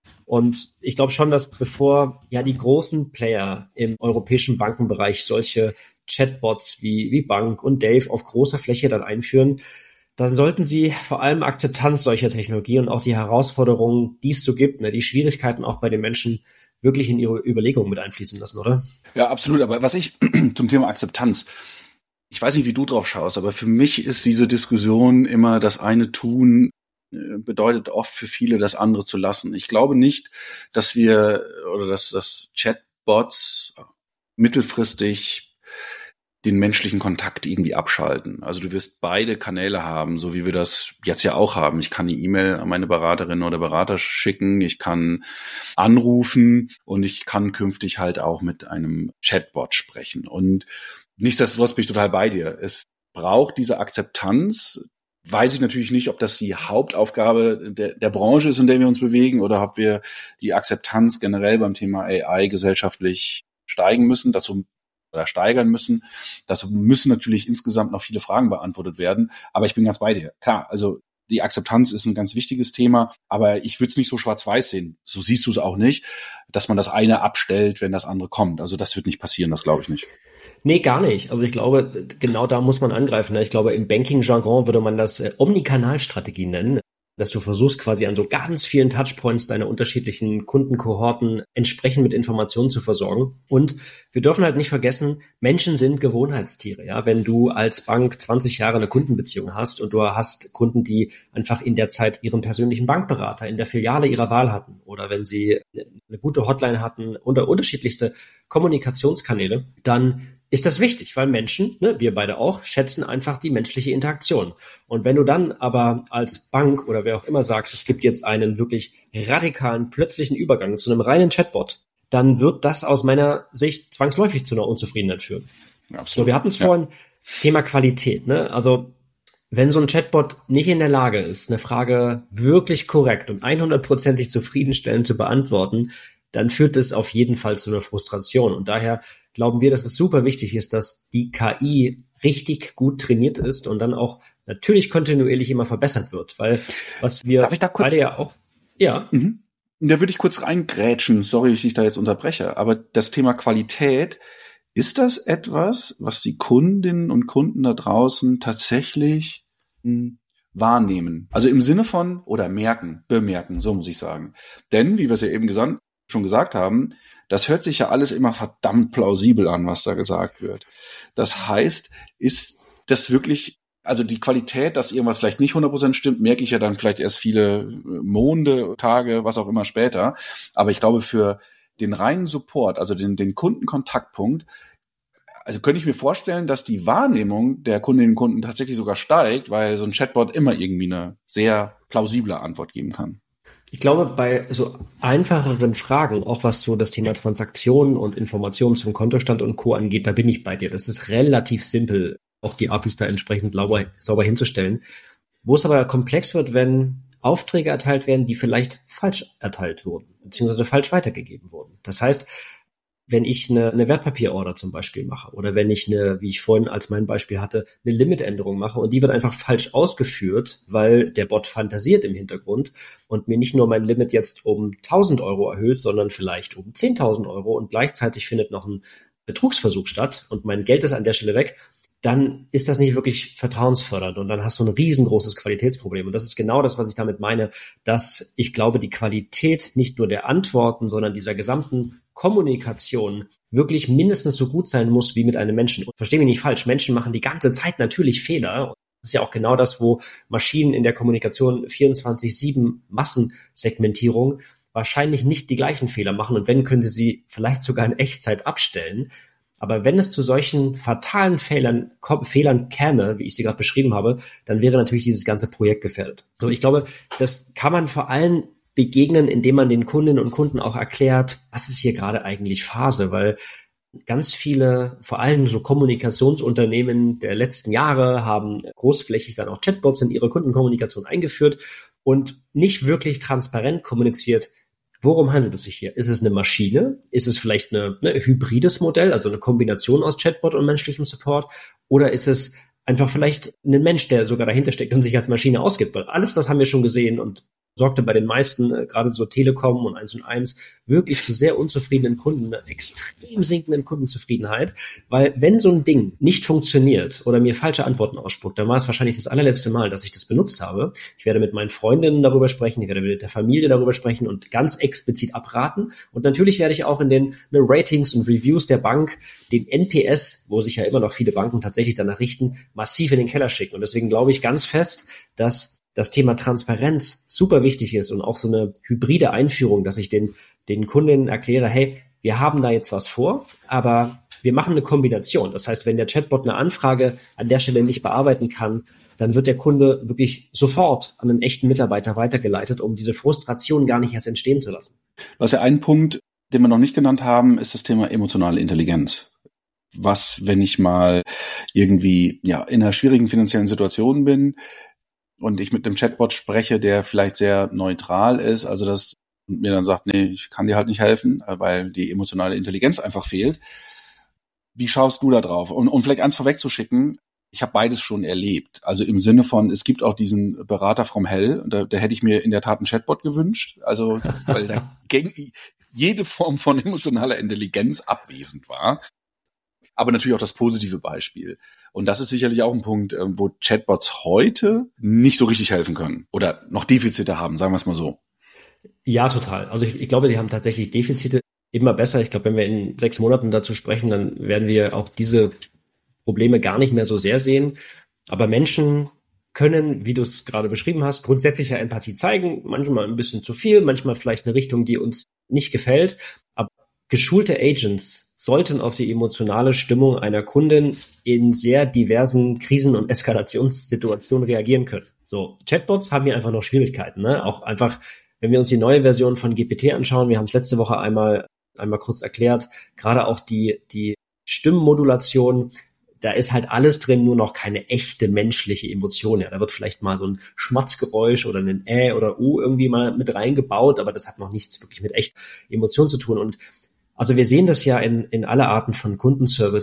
Und ich glaube schon, dass bevor ja die großen Player im europäischen Bankenbereich solche Chatbots wie, wie Bank und Dave auf großer Fläche dann einführen, dann sollten sie vor allem Akzeptanz solcher Technologie und auch die Herausforderungen, die es so gibt, ne, die Schwierigkeiten auch bei den Menschen wirklich in ihre Überlegungen mit einfließen lassen, oder? Ja, absolut. Aber was ich zum Thema Akzeptanz, ich weiß nicht, wie du drauf schaust, aber für mich ist diese Diskussion immer, das eine tun bedeutet oft für viele, das andere zu lassen. Ich glaube nicht, dass wir oder dass das Chatbots mittelfristig den menschlichen Kontakt irgendwie abschalten. Also du wirst beide Kanäle haben, so wie wir das jetzt ja auch haben. Ich kann eine E-Mail an meine Beraterin oder Berater schicken, ich kann anrufen und ich kann künftig halt auch mit einem Chatbot sprechen. Und nichtsdestotrotz bin ich total bei dir. Es braucht diese Akzeptanz. Weiß ich natürlich nicht, ob das die Hauptaufgabe der, der Branche ist, in der wir uns bewegen, oder ob wir die Akzeptanz generell beim Thema A I gesellschaftlich steigen müssen. Dazu oder steigern müssen. Dazu müssen natürlich insgesamt noch viele Fragen beantwortet werden. Aber ich bin ganz bei dir. Klar, also die Akzeptanz ist ein ganz wichtiges Thema, aber ich würde es nicht so schwarz-weiß sehen. So siehst du es auch nicht, dass man das eine abstellt, wenn das andere kommt. Also das wird nicht passieren, das glaube ich nicht. Nee, gar nicht. Also ich glaube, genau da muss man angreifen. Ich glaube, im Banking-Jargon würde man das Omnikanalstrategie nennen, dass du versuchst, quasi an so ganz vielen Touchpoints deiner unterschiedlichen Kundenkohorten entsprechend mit Informationen zu versorgen. Und wir dürfen halt nicht vergessen, Menschen sind Gewohnheitstiere. Ja, wenn du als Bank zwanzig Jahre eine Kundenbeziehung hast und du hast Kunden, die einfach in der Zeit ihren persönlichen Bankberater in der Filiale ihrer Wahl hatten, oder wenn sie eine gute Hotline hatten oder unterschiedlichste Kommunikationskanäle, dann ist das wichtig, weil Menschen, ne, wir beide auch, schätzen einfach die menschliche Interaktion. Und wenn du dann aber als Bank oder wer auch immer sagst, es gibt jetzt einen wirklich radikalen, plötzlichen Übergang zu einem reinen Chatbot, dann wird das aus meiner Sicht zwangsläufig zu einer Unzufriedenheit führen. Ja, absolut. So, wir hatten es ja vorhin, Thema Qualität, ne? Also wenn so ein Chatbot nicht in der Lage ist, eine Frage wirklich korrekt und hundertprozentig zufriedenstellend zu beantworten, dann führt es auf jeden Fall zu einer Frustration. Und daher glauben wir, dass es super wichtig ist, dass die K I richtig gut trainiert ist und dann auch natürlich kontinuierlich immer verbessert wird. Weil was wir Darf ich da kurz? beide ja auch, ja. Mhm. Da würde ich kurz reingrätschen, sorry, ich dich da jetzt unterbreche, aber das Thema Qualität, ist das etwas, was die Kundinnen und Kunden da draußen tatsächlich mh, wahrnehmen? Also im Sinne von, oder merken, bemerken, so muss ich sagen. Denn, wie wir es ja eben gesagt, schon gesagt haben, das hört sich ja alles immer verdammt plausibel an, was da gesagt wird. Das heißt, ist das wirklich, also die Qualität, dass irgendwas vielleicht nicht hundert Prozent stimmt, merke ich ja dann vielleicht erst viele Monde, Tage, was auch immer später. Aber ich glaube, für den reinen Support, also den, den Kundenkontaktpunkt, also könnte ich mir vorstellen, dass die Wahrnehmung der Kundinnen und Kunden tatsächlich sogar steigt, weil so ein Chatbot immer irgendwie eine sehr plausible Antwort geben kann. Ich glaube, bei so einfacheren Fragen, auch was so das Thema Transaktionen und Informationen zum Kontostand und Co. angeht, da bin ich bei dir. Das ist relativ simpel, auch die A P Is da entsprechend sauber, sauber hinzustellen. Wo es aber komplex wird, wenn Aufträge erteilt werden, die vielleicht falsch erteilt wurden, beziehungsweise falsch weitergegeben wurden. Das heißt, wenn ich eine, eine Wertpapierorder zum Beispiel mache oder wenn ich eine, wie ich vorhin als mein Beispiel hatte, eine Limitänderung mache und die wird einfach falsch ausgeführt, weil der Bot fantasiert im Hintergrund und mir nicht nur mein Limit jetzt um tausend Euro erhöht, sondern vielleicht um zehntausend Euro und gleichzeitig findet noch ein Betrugsversuch statt und mein Geld ist an der Stelle weg, dann ist das nicht wirklich vertrauensfördernd und dann hast du ein riesengroßes Qualitätsproblem. Und das ist genau das, was ich damit meine, dass ich glaube, die Qualität nicht nur der Antworten, sondern dieser gesamten Kommunikation wirklich mindestens so gut sein muss wie mit einem Menschen. Und versteh mich nicht falsch, Menschen machen die ganze Zeit natürlich Fehler. Das ist ja auch genau das, wo Maschinen in der Kommunikation vierundzwanzig sieben Massensegmentierung wahrscheinlich nicht die gleichen Fehler machen. Und wenn, können sie sie vielleicht sogar in Echtzeit abstellen. Aber wenn es zu solchen fatalen Fehlern, Fehlern käme, wie ich sie gerade beschrieben habe, dann wäre natürlich dieses ganze Projekt gefährdet. So, ich glaube, das kann man vor allem begegnen, indem man den Kundinnen und Kunden auch erklärt, was ist hier gerade eigentlich Phase, weil ganz viele, vor allem so Kommunikationsunternehmen der letzten Jahre haben großflächig dann auch Chatbots in ihre Kundenkommunikation eingeführt und nicht wirklich transparent kommuniziert, worum handelt es sich hier? Ist es eine Maschine? Ist es vielleicht eine, eine hybrides Modell, also eine Kombination aus Chatbot und menschlichem Support? Oder ist es einfach vielleicht ein Mensch, der sogar dahinter steckt und sich als Maschine ausgibt? Weil alles das haben wir schon gesehen und sorgte bei den meisten, äh, gerade so Telekom und eins und eins, wirklich zu sehr unzufriedenen Kunden, einer extrem sinkenden Kundenzufriedenheit, weil wenn so ein Ding nicht funktioniert oder mir falsche Antworten ausspuckt, dann war es wahrscheinlich das allerletzte Mal, dass ich das benutzt habe. Ich werde mit meinen Freundinnen darüber sprechen, ich werde mit der Familie darüber sprechen und ganz explizit abraten. Und natürlich werde ich auch in den ne, Ratings und Reviews der Bank den N P S, wo sich ja immer noch viele Banken tatsächlich danach richten, massiv in den Keller schicken. Und deswegen glaube ich ganz fest, dass das Thema Transparenz super wichtig ist und auch so eine hybride Einführung, dass ich den, den Kundinnen erkläre, hey, wir haben da jetzt was vor, aber wir machen eine Kombination. Das heißt, wenn der Chatbot eine Anfrage an der Stelle nicht bearbeiten kann, dann wird der Kunde wirklich sofort an einen echten Mitarbeiter weitergeleitet, um diese Frustration gar nicht erst entstehen zu lassen. Was ja ein Punkt, den wir noch nicht genannt haben, ist das Thema emotionale Intelligenz. Was, wenn ich mal irgendwie ja in einer schwierigen finanziellen Situation bin, und ich mit einem Chatbot spreche, der vielleicht sehr neutral ist, also das und mir dann sagt, nee, ich kann dir halt nicht helfen, weil die emotionale Intelligenz einfach fehlt. Wie schaust du da drauf? Und, und vielleicht eins vorwegzuschicken, ich habe beides schon erlebt. Also im Sinne von, es gibt auch diesen Berater from Hell, und da, da hätte ich mir in der Tat einen Chatbot gewünscht, also weil da jede Form von emotionaler Intelligenz abwesend war. Aber natürlich auch das positive Beispiel. Und das ist sicherlich auch ein Punkt, wo Chatbots heute nicht so richtig helfen können oder noch Defizite haben, sagen wir es mal so. Ja, total. Also ich, ich glaube, sie haben tatsächlich Defizite, immer besser. Ich glaube, wenn wir in sechs Monaten dazu sprechen, dann werden wir auch diese Probleme gar nicht mehr so sehr sehen. Aber Menschen können, wie du es gerade beschrieben hast, grundsätzlich ja Empathie zeigen, manchmal ein bisschen zu viel, manchmal vielleicht eine Richtung, die uns nicht gefällt. Aber geschulte Agents sollten auf die emotionale Stimmung einer Kundin in sehr diversen Krisen- und Eskalationssituationen reagieren können. So, Chatbots haben hier einfach noch Schwierigkeiten, ne? Auch einfach, wenn wir uns die neue Version von G P T anschauen, wir haben es letzte Woche einmal einmal kurz erklärt, gerade auch die die Stimmmodulation, da ist halt alles drin, nur noch keine echte menschliche Emotion. Ja, da wird vielleicht mal so ein Schmatzgeräusch oder ein Ä oder U irgendwie mal mit reingebaut, aber das hat noch nichts wirklich mit echter Emotion zu tun. Und also wir sehen das ja in, in aller Arten von Kundenservice.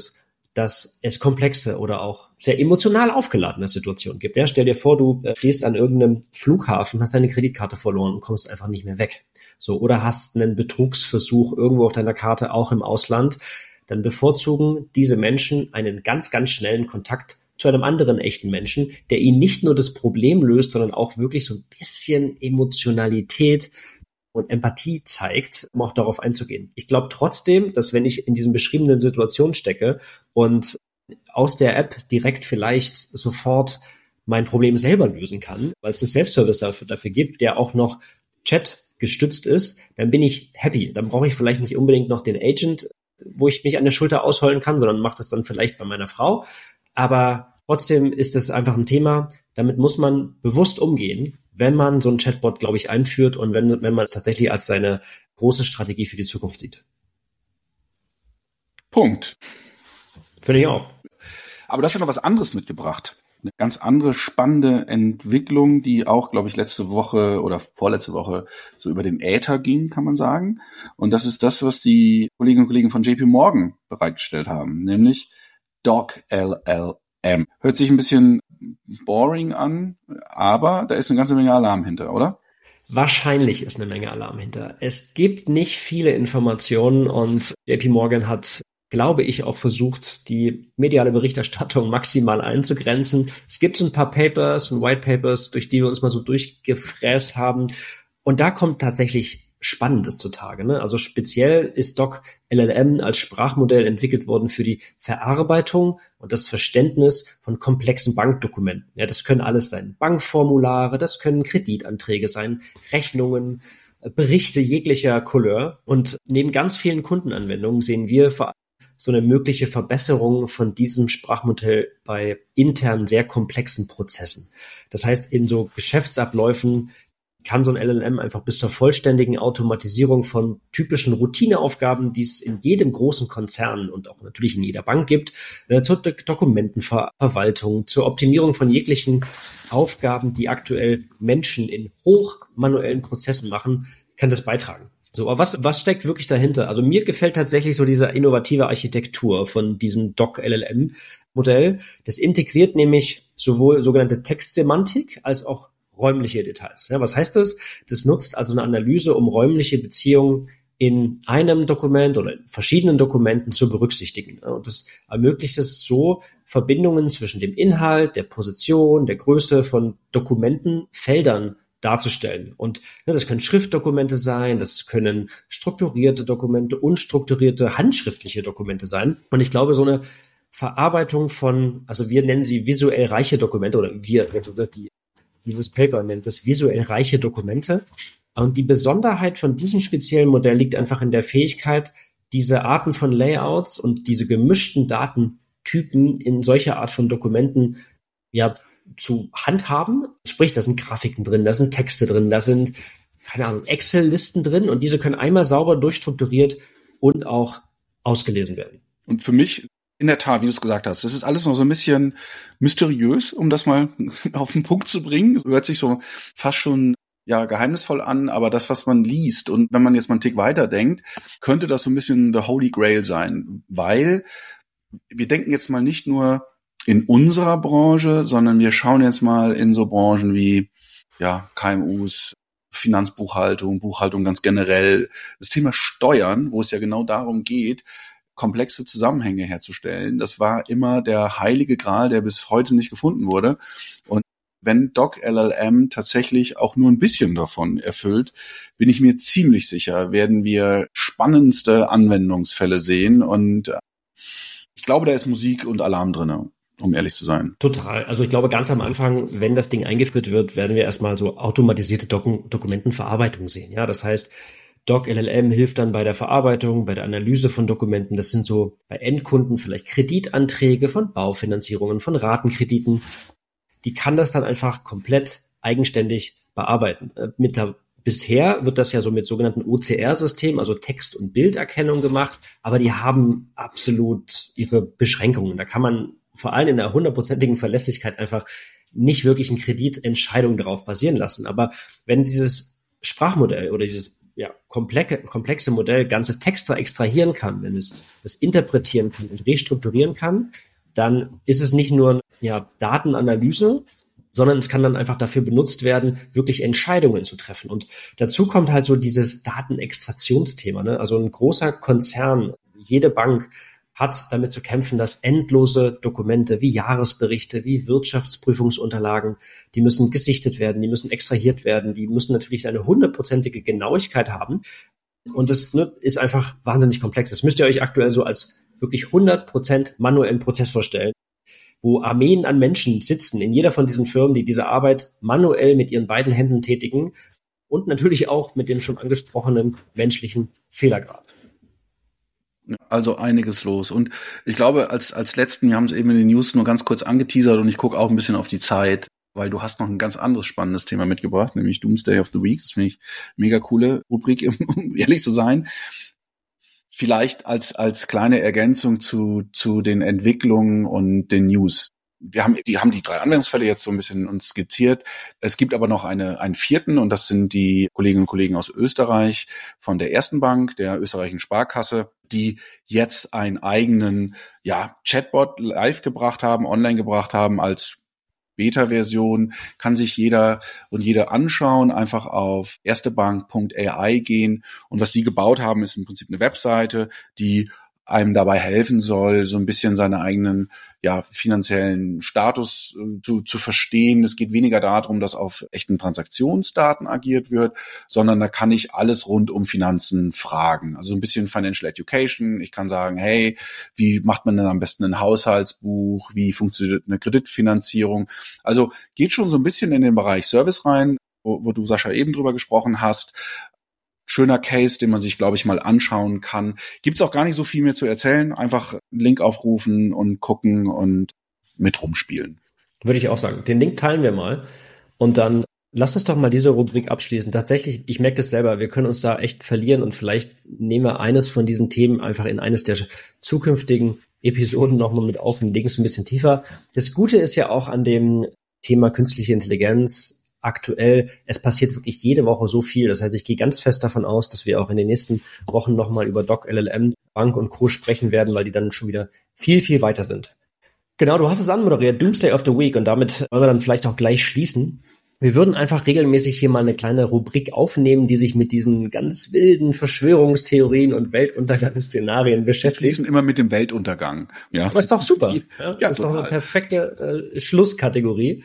dass es komplexe oder auch sehr emotional aufgeladene Situationen gibt. Ja, stell dir vor, du stehst an irgendeinem Flughafen, hast deine Kreditkarte verloren und kommst einfach nicht mehr weg. So, oder hast einen Betrugsversuch irgendwo auf deiner Karte, auch im Ausland. Dann bevorzugen diese Menschen einen ganz, ganz schnellen Kontakt zu einem anderen echten Menschen, der ihnen nicht nur das Problem löst, sondern auch wirklich so ein bisschen Emotionalität und Empathie zeigt, um auch darauf einzugehen. Ich glaube trotzdem, dass wenn ich in diesen beschriebenen Situationen stecke und aus der App direkt vielleicht sofort mein Problem selber lösen kann, weil es einen Self-Service dafür, dafür gibt, der auch noch Chat gestützt ist, dann bin ich happy. Dann brauche ich vielleicht nicht unbedingt noch den Agent, wo ich mich an der Schulter ausholen kann, sondern mache das dann vielleicht bei meiner Frau. Aber trotzdem ist es einfach ein Thema, damit muss man bewusst umgehen, wenn man so einen Chatbot, glaube ich, einführt und wenn, wenn man es tatsächlich als seine große Strategie für die Zukunft sieht. Punkt. Finde ich auch. Aber du hast ja noch was anderes mitgebracht. Eine ganz andere spannende Entwicklung, die auch, glaube ich, letzte Woche oder vorletzte Woche so über den Äther ging, kann man sagen. Und das ist das, was die Kolleginnen und Kollegen von J P Morgan bereitgestellt haben, nämlich Doc L L M. Hört sich ein bisschen boring an, aber da ist eine ganze Menge Alarm hinter, oder? Wahrscheinlich ist eine Menge Alarm hinter. Es gibt nicht viele Informationen und J P Morgan hat, glaube ich, auch versucht, die mediale Berichterstattung maximal einzugrenzen. Es gibt so ein paar Papers und White Papers, durch die wir uns mal so durchgefräst haben. Und da kommt tatsächlich Spannendes zutage, ne? Also speziell ist Doc L L M als Sprachmodell entwickelt worden für die Verarbeitung und das Verständnis von komplexen Bankdokumenten. Ja, das können alles sein. Bankformulare, das können Kreditanträge sein, Rechnungen, Berichte jeglicher Couleur. Und neben ganz vielen Kundenanwendungen sehen wir vor allem so eine mögliche Verbesserung von diesem Sprachmodell bei intern sehr komplexen Prozessen. Das heißt, in so Geschäftsabläufen kann so ein L L M einfach bis zur vollständigen Automatisierung von typischen Routineaufgaben, die es in jedem großen Konzern und auch natürlich in jeder Bank gibt, äh, zur Do- Dokumentenverwaltung, zur Optimierung von jeglichen Aufgaben, die aktuell Menschen in hochmanuellen Prozessen machen, kann das beitragen. So, aber was, was steckt wirklich dahinter? Also mir gefällt tatsächlich so diese innovative Architektur von diesem Doc L L M-Modell. Das integriert nämlich sowohl sogenannte Textsemantik als auch räumliche Details. Ja, was heißt das? Das nutzt also eine Analyse, um räumliche Beziehungen in einem Dokument oder in verschiedenen Dokumenten zu berücksichtigen. Ja, und das ermöglicht es so, Verbindungen zwischen dem Inhalt, der Position, der Größe von Dokumentenfeldern darzustellen. Und ja, das können Schriftdokumente sein, das können strukturierte Dokumente, unstrukturierte, handschriftliche Dokumente sein. Und ich glaube, so eine Verarbeitung von, also wir nennen sie visuell reiche Dokumente oder wir, die dieses Paper nennt es visuell reiche Dokumente. Und die Besonderheit von diesem speziellen Modell liegt einfach in der Fähigkeit, diese Arten von Layouts und diese gemischten Datentypen in solcher Art von Dokumenten ja zu handhaben. Sprich, da sind Grafiken drin, da sind Texte drin, da sind, keine Ahnung, Excel-Listen drin und diese können einmal sauber durchstrukturiert und auch ausgelesen werden. Und für mich in der Tat, wie du es gesagt hast, das ist alles noch so ein bisschen mysteriös, um das mal auf den Punkt zu bringen. Hört sich so fast schon ja geheimnisvoll an, aber das, was man liest und wenn man jetzt mal einen Tick weiter denkt, könnte das so ein bisschen the Holy Grail sein, weil wir denken jetzt mal nicht nur in unserer Branche, sondern wir schauen jetzt mal in so Branchen wie ja K M Us, Finanzbuchhaltung, Buchhaltung ganz generell, das Thema Steuern, wo es ja genau darum geht, komplexe Zusammenhänge herzustellen. Das war immer der heilige Gral, der bis heute nicht gefunden wurde. Und wenn Doc L L M tatsächlich auch nur ein bisschen davon erfüllt, bin ich mir ziemlich sicher, werden wir spannendste Anwendungsfälle sehen. Und ich glaube, da ist Musik und Alarm drin, um ehrlich zu sein. Total. Also ich glaube, ganz am Anfang, wenn das Ding eingeführt wird, werden wir erstmal so automatisierte Dok- Dokumentenverarbeitung sehen. Ja, das heißt, Doc L L M hilft dann bei der Verarbeitung, bei der Analyse von Dokumenten. Das sind so bei Endkunden vielleicht Kreditanträge von Baufinanzierungen, von Ratenkrediten. Die kann das dann einfach komplett eigenständig bearbeiten. Mit der, bisher wird das ja so mit sogenannten O C R-Systemen, also Text- und Bilderkennung gemacht, aber die haben absolut ihre Beschränkungen. Da kann man vor allem in der hundertprozentigen Verlässlichkeit einfach nicht wirklich eine Kreditentscheidung darauf basieren lassen. Aber wenn dieses Sprachmodell oder dieses ja, komplexe, komplexe Modell ganze Texte extrahieren kann, wenn es das interpretieren kann und restrukturieren kann, dann ist es nicht nur ja, Datenanalyse, sondern es kann dann einfach dafür benutzt werden, wirklich Entscheidungen zu treffen. Und dazu kommt halt so dieses Datenextraktionsthema, ne? Also ein großer Konzern, jede Bank hat damit zu kämpfen, dass endlose Dokumente wie Jahresberichte, wie Wirtschaftsprüfungsunterlagen, die müssen gesichtet werden, die müssen extrahiert werden, die müssen natürlich eine hundertprozentige Genauigkeit haben. Und das ne, ist einfach wahnsinnig komplex. Das müsst ihr euch aktuell so als wirklich hundert Prozent manuellen Prozess vorstellen, wo Armeen an Menschen sitzen in jeder von diesen Firmen, die diese Arbeit manuell mit ihren beiden Händen tätigen und natürlich auch mit dem schon angesprochenen menschlichen Fehlergrad. Also einiges los. Und ich glaube, als als letzten, wir haben es eben in den News nur ganz kurz angeteasert und ich gucke auch ein bisschen auf die Zeit, weil du hast noch ein ganz anderes spannendes Thema mitgebracht, nämlich Doomsday of the Week. Das finde ich mega coole Rubrik, um ehrlich zu sein. Vielleicht als als kleine Ergänzung zu zu den Entwicklungen und den News. Wir haben die haben die drei Anwendungsfälle jetzt so ein bisschen uns skizziert. Es gibt aber noch eine einen vierten und das sind die Kolleginnen und Kollegen aus Österreich von der Ersten Bank, der österreichischen Sparkasse, die jetzt einen eigenen ja Chatbot live gebracht haben, online gebracht haben als Beta-Version, kann sich jeder und jede anschauen, einfach auf erstebank punkt a i gehen und was die gebaut haben, ist im Prinzip eine Webseite, die einem dabei helfen soll, so ein bisschen seine eigenen ja finanziellen Status äh, zu, zu verstehen. Es geht weniger darum, dass auf echten Transaktionsdaten agiert wird, sondern da kann ich alles rund um Finanzen fragen. Also ein bisschen Financial Education. Ich kann sagen, hey, wie macht man denn am besten ein Haushaltsbuch? Wie funktioniert eine Kreditfinanzierung? Also geht schon so ein bisschen in den Bereich Service rein, wo, wo du, Sascha, eben drüber gesprochen hast. Schöner Case, den man sich, glaube ich, mal anschauen kann. Gibt's auch gar nicht so viel mehr zu erzählen. Einfach einen Link aufrufen und gucken und mit rumspielen. Würde ich auch sagen. Den Link teilen wir mal. Und dann lasst uns doch mal diese Rubrik abschließen. Tatsächlich, ich merke das selber, wir können uns da echt verlieren und vielleicht nehmen wir eines von diesen Themen einfach in eines der zukünftigen Episoden nochmal mit auf und legen es ein bisschen tiefer. Das Gute ist ja auch an dem Thema künstliche Intelligenz, aktuell, es passiert wirklich jede Woche so viel. Das heißt, ich gehe ganz fest davon aus, dass wir auch in den nächsten Wochen nochmal über Doc L L M, Bank und Co. sprechen werden, weil die dann schon wieder viel, viel weiter sind. Genau, du hast es anmoderiert, Doomsday of the Week, und damit wollen wir dann vielleicht auch gleich schließen. Wir würden einfach regelmäßig hier mal eine kleine Rubrik aufnehmen, die sich mit diesen ganz wilden Verschwörungstheorien und Weltuntergangsszenarien beschäftigt. Wir schließen immer mit dem Weltuntergang. Ja. Aber ist doch super. Ja, ja, ist doch eine perfekte äh, Schlusskategorie.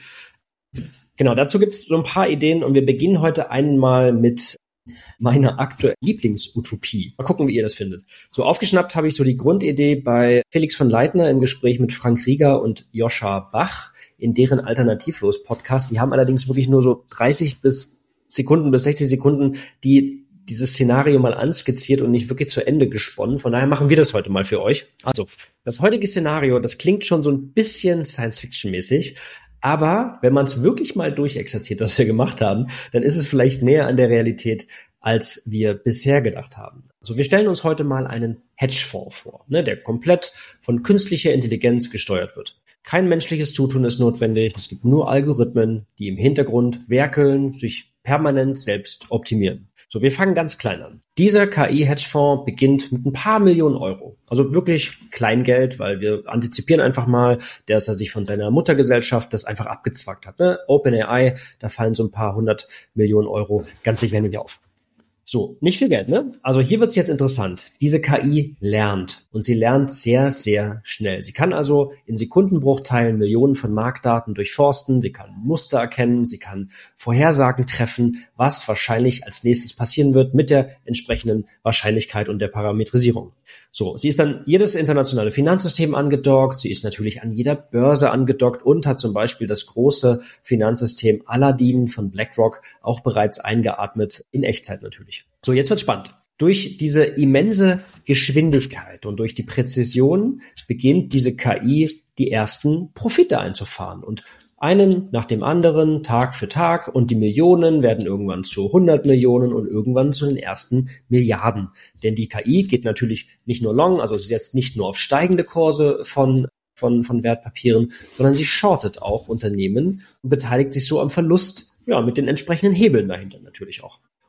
Genau, dazu gibt es so ein paar Ideen und wir beginnen heute einmal mit meiner aktuellen Lieblingsutopie. Mal gucken, wie ihr das findet. So aufgeschnappt habe ich so die Grundidee bei Felix von Leitner im Gespräch mit Frank Rieger und Joscha Bach in deren Alternativlos-Podcast. Die haben allerdings wirklich nur so dreißig bis Sekunden bis sechzig Sekunden die dieses Szenario mal anskizziert und nicht wirklich zu Ende gesponnen. Von daher machen wir das heute mal für euch. Also, das heutige Szenario, das klingt schon so ein bisschen Science-Fiction-mäßig. Aber wenn man es wirklich mal durchexerziert, was wir gemacht haben, dann ist es vielleicht näher an der Realität, als wir bisher gedacht haben. Also wir stellen uns heute mal einen Hedgefonds vor, ne, der komplett von künstlicher Intelligenz gesteuert wird. Kein menschliches Zutun ist notwendig. Es gibt nur Algorithmen, die im Hintergrund werkeln, sich permanent selbst optimieren. So, wir fangen ganz klein an. Dieser K I-Hedgefonds beginnt mit ein paar Millionen Euro. Also wirklich Kleingeld, weil wir antizipieren einfach mal, dass er sich von seiner Muttergesellschaft das einfach abgezwackt hat. Ne? OpenAI, da fallen so ein paar hundert Millionen Euro ganz sicher nicht auf. So, nicht viel Geld, ne? Also hier wird's jetzt interessant. Diese K I lernt und sie lernt sehr, sehr schnell. Sie kann also in Sekundenbruchteilen Millionen von Marktdaten durchforsten, sie kann Muster erkennen, sie kann Vorhersagen treffen, was wahrscheinlich als nächstes passieren wird mit der entsprechenden Wahrscheinlichkeit und der Parametrisierung. So, sie ist an jedes internationale Finanzsystem angedockt, sie ist natürlich an jeder Börse angedockt und hat zum Beispiel das große Finanzsystem Aladdin von BlackRock auch bereits eingeatmet, in Echtzeit natürlich. So, jetzt wird's spannend. Durch diese immense Geschwindigkeit und durch die Präzision beginnt diese K I die ersten Profite einzufahren und einen nach dem anderen, Tag für Tag, und die Millionen werden irgendwann zu hundert Millionen und irgendwann zu den ersten Milliarden. Denn die K I geht natürlich nicht nur long, also sie setzt nicht nur auf steigende Kurse von, von, von Wertpapieren, sondern sie shortet auch Unternehmen und beteiligt sich so am Verlust, ja, mit den entsprechenden Hebeln dahinter natürlich auch.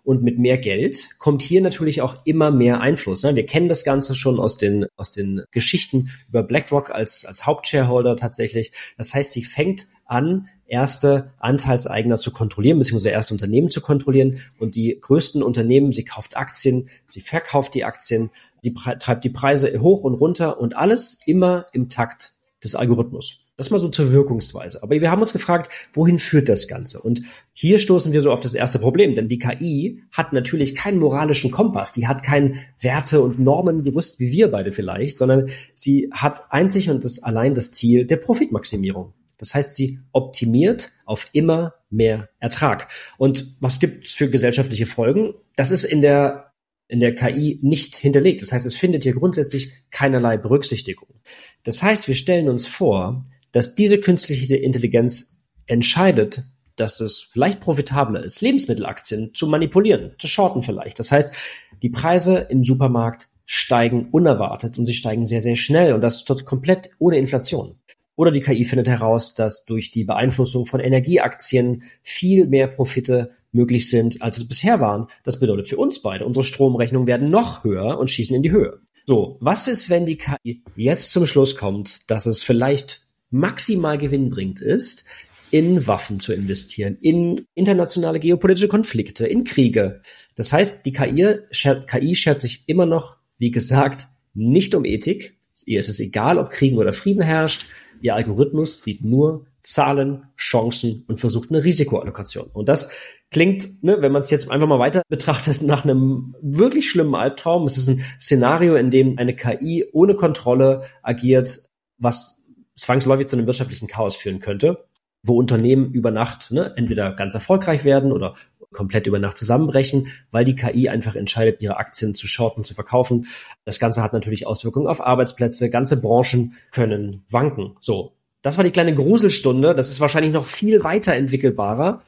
Und mit mehr Geld kommt hier natürlich auch immer mehr Einfluss. Wir kennen das Ganze schon aus den, aus den Geschichten über BlackRock als, als Hauptshareholder tatsächlich. Das heißt, sie fängt an, erste Anteilseigner zu kontrollieren, beziehungsweise erste Unternehmen zu kontrollieren. Und die größten Unternehmen, sie kauft Aktien, sie verkauft die Aktien, sie pre- treibt die Preise hoch und runter und alles immer im Takt des Algorithmus. Das mal so zur Wirkungsweise. Aber wir haben uns gefragt, wohin führt das Ganze? Und hier stoßen wir so auf das erste Problem, denn die K I hat natürlich keinen moralischen Kompass, die hat keine Werte und Normen gewusst, wie wir beide vielleicht, sondern sie hat einzig und das allein das Ziel der Profitmaximierung. Das heißt, sie optimiert auf immer mehr Ertrag. Und was gibt's für gesellschaftliche Folgen? Das ist in der in der K I nicht hinterlegt. Das heißt, es findet hier grundsätzlich keinerlei Berücksichtigung. Das heißt, wir stellen uns vor, dass diese künstliche Intelligenz entscheidet, dass es vielleicht profitabler ist, Lebensmittelaktien zu manipulieren, zu shorten vielleicht. Das heißt, die Preise im Supermarkt steigen unerwartet und sie steigen sehr, sehr schnell und das komplett ohne Inflation. Oder die K I findet heraus, dass durch die Beeinflussung von Energieaktien viel mehr Profite möglich sind, als es bisher waren. Das bedeutet für uns beide, unsere Stromrechnungen werden noch höher und schießen in die Höhe. So, was ist, wenn die K I jetzt zum Schluss kommt, dass es vielleicht maximal gewinnbringend ist, in Waffen zu investieren, in internationale geopolitische Konflikte, in Kriege? Das heißt, die K I, K I schert sich immer noch, wie gesagt, nicht um Ethik. Ihr ist es egal, ob Kriegen oder Frieden herrscht. Ihr Algorithmus sieht nur Zahlen, Chancen und versucht eine Risikoallokation. Und das klingt, ne, wenn man es jetzt einfach mal weiter betrachtet, nach einem wirklich schlimmen Albtraum. Es ist ein Szenario, in dem eine K I ohne Kontrolle agiert, was zwangsläufig zu einem wirtschaftlichen Chaos führen könnte, wo Unternehmen über Nacht ne, entweder ganz erfolgreich werden oder komplett über Nacht zusammenbrechen, weil die K I einfach entscheidet, ihre Aktien zu shorten, zu verkaufen. Das Ganze hat natürlich Auswirkungen auf Arbeitsplätze. Ganze Branchen können wanken. So, das war die kleine Gruselstunde. Das ist wahrscheinlich noch viel weiterentwickelbarer.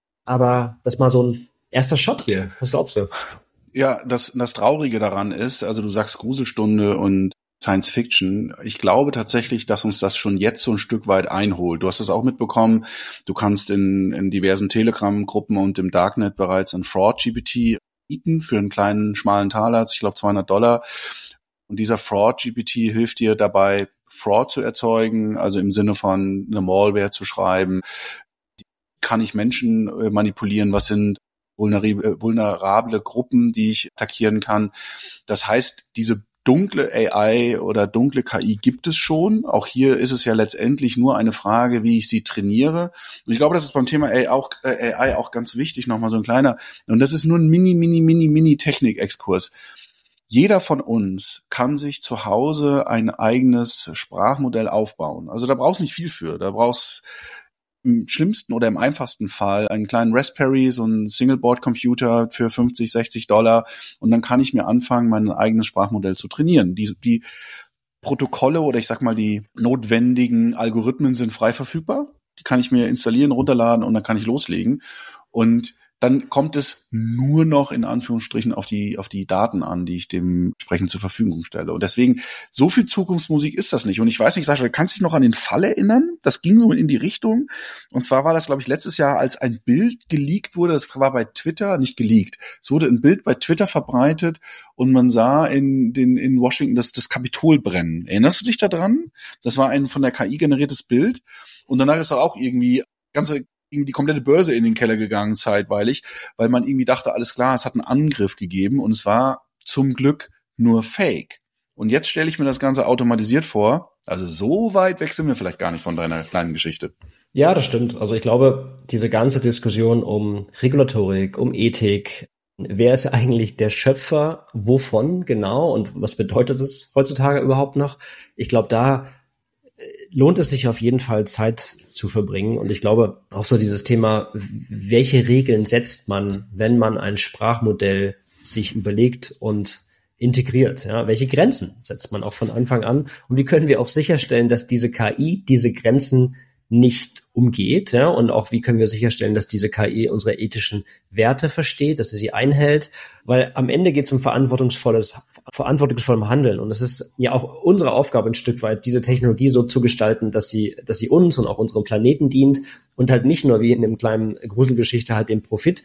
Aber das mal so ein erster Shot hier. Was glaubst du? Ja, das, das Traurige daran ist, also du sagst Gruselstunde und Science Fiction. Ich glaube tatsächlich, dass uns das schon jetzt so ein Stück weit einholt. Du hast es auch mitbekommen. Du kannst in, in diversen Telegram-Gruppen und im Darknet bereits ein Fraud-G P T bieten für einen kleinen, schmalen Taler, ich glaube zweihundert Dollar. Und dieser Fraud-G P T hilft dir dabei, Fraud zu erzeugen, also im Sinne von eine Malware zu schreiben. Kann ich Menschen manipulieren? Was sind vulnerable Gruppen, die ich attackieren kann? Das heißt, diese dunkle A I oder dunkle K I gibt es schon. Auch hier ist es ja letztendlich nur eine Frage, wie ich sie trainiere. Und ich glaube, das ist beim Thema A I auch, äh, A I auch ganz wichtig, nochmal so ein kleiner. Und das ist nur ein mini, mini, mini, mini Technik-Exkurs. Jeder von uns kann sich zu Hause ein eigenes Sprachmodell aufbauen. Also da brauchst du nicht viel für. Da brauchst im schlimmsten oder im einfachsten Fall einen kleinen Raspberry, so einen Singleboard-Computer für fünfzig, sechzig Dollar und dann kann ich mir anfangen, mein eigenes Sprachmodell zu trainieren. Die, die Protokolle oder ich sag mal die notwendigen Algorithmen sind frei verfügbar. Die kann ich mir installieren, runterladen und dann kann ich loslegen. Und dann kommt es nur noch in Anführungsstrichen auf die auf die Daten an, die ich dem entsprechend zur Verfügung stelle. Und deswegen, so viel Zukunftsmusik ist das nicht. Und ich weiß nicht, Sascha, du kannst dich noch an den Fall erinnern? Das ging so in die Richtung. Und zwar war das, glaube ich, letztes Jahr, als ein Bild geleakt wurde. Das war bei Twitter, nicht geleakt. Es wurde ein Bild bei Twitter verbreitet und man sah in den in Washington das, das Kapitol brennen. Erinnerst du dich daran? Das war ein von der K I generiertes Bild. Und danach ist doch auch irgendwie ganze die komplette Börse in den Keller gegangen zeitweilig, weil man irgendwie dachte, alles klar, es hat einen Angriff gegeben und es war zum Glück nur Fake. Und jetzt stelle ich mir das Ganze automatisiert vor. Also so weit weg sind wir vielleicht gar nicht von deiner kleinen Geschichte. Ja, das stimmt. Also ich glaube, diese ganze Diskussion um Regulatorik, um Ethik, wer ist eigentlich der Schöpfer, wovon genau und was bedeutet es heutzutage überhaupt noch? Ich glaube, da lohnt es sich auf jeden Fall Zeit zu verbringen. Und ich glaube auch so dieses Thema, welche Regeln setzt man, wenn man ein Sprachmodell sich überlegt und integriert? Ja, welche Grenzen setzt man auch von Anfang an? Und wie können wir auch sicherstellen, dass diese K I diese Grenzen nicht umgeht? Ja, und auch wie können wir sicherstellen, dass diese K I unsere ethischen Werte versteht, dass sie sie einhält? Weil am Ende geht es um verantwortungsvolles, verantwortungsvollem Handeln. Und es ist ja auch unsere Aufgabe ein Stück weit, diese Technologie so zu gestalten, dass sie, dass sie uns und auch unserem Planeten dient und halt nicht nur wie in einem kleinen Gruselgeschichte halt dem Profit.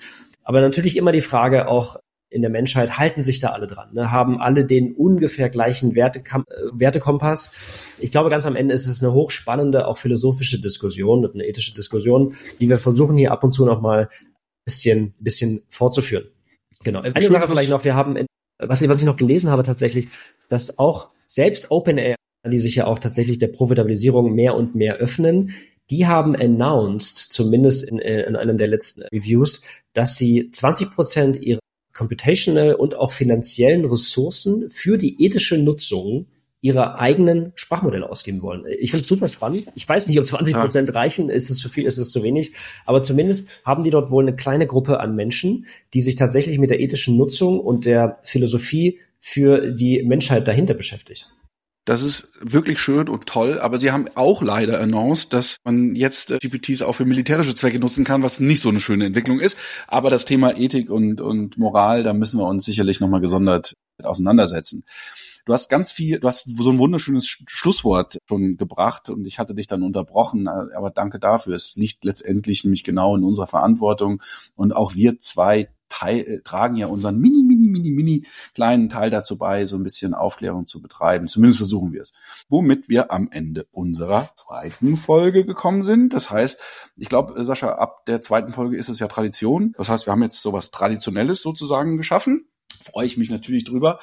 Aber natürlich immer die Frage auch in der Menschheit, halten sich da alle dran? Ne? Haben alle den ungefähr gleichen Wertekam- äh, Wertekompass? Ich glaube, ganz am Ende ist es eine hochspannende, auch philosophische Diskussion und eine ethische Diskussion, die wir versuchen hier ab und zu noch mal ein bisschen, bisschen fortzuführen. Genau. Eine Schön, Sache vielleicht noch, wir haben, was ich, was ich noch gelesen habe tatsächlich, dass auch selbst OpenAI, die sich ja auch tatsächlich der Profitabilisierung mehr und mehr öffnen, die haben announced, zumindest in, in einem der letzten Reviews, dass sie zwanzig Prozent ihrer computational und auch finanziellen Ressourcen für die ethische Nutzung ihrer eigenen Sprachmodelle ausgeben wollen. Ich finde es super spannend. Ich weiß nicht, ob zwanzig Prozent ja. reichen. Ist es zu viel, ist es zu wenig? Aber zumindest haben die dort wohl eine kleine Gruppe an Menschen, die sich tatsächlich mit der ethischen Nutzung und der Philosophie für die Menschheit dahinter beschäftigt. Das ist wirklich schön und toll, aber sie haben auch leider announced, dass man jetzt G P Ts auch für militärische Zwecke nutzen kann, was nicht so eine schöne Entwicklung ist. Aber das Thema Ethik und, und Moral, da müssen wir uns sicherlich nochmal gesondert mit auseinandersetzen. Du hast ganz viel, du hast so ein wunderschönes Schlusswort schon gebracht und ich hatte dich dann unterbrochen, aber danke dafür. Es liegt letztendlich nämlich genau in unserer Verantwortung und auch wir zwei Teil, tragen ja unseren mini, mini, mini, mini kleinen Teil dazu bei, so ein bisschen Aufklärung zu betreiben. Zumindest versuchen wir es. Womit wir am Ende unserer zweiten Folge gekommen sind. Das heißt, ich glaube, Sascha, ab der zweiten Folge ist es ja Tradition. Das heißt, wir haben jetzt sowas Traditionelles sozusagen geschaffen. Freue ich mich natürlich drüber.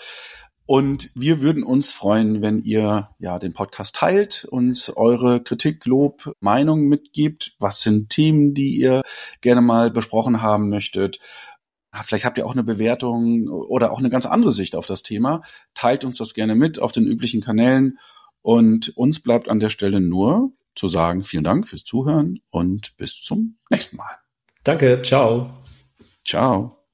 Und wir würden uns freuen, wenn ihr ja den Podcast teilt, uns eure Kritik, Lob, Meinung mitgibt. Was sind Themen, die ihr gerne mal besprochen haben möchtet? Vielleicht habt ihr auch eine Bewertung oder auch eine ganz andere Sicht auf das Thema. Teilt uns das gerne mit auf den üblichen Kanälen. Und uns bleibt an der Stelle nur zu sagen, vielen Dank fürs Zuhören und bis zum nächsten Mal. Danke, ciao. Ciao.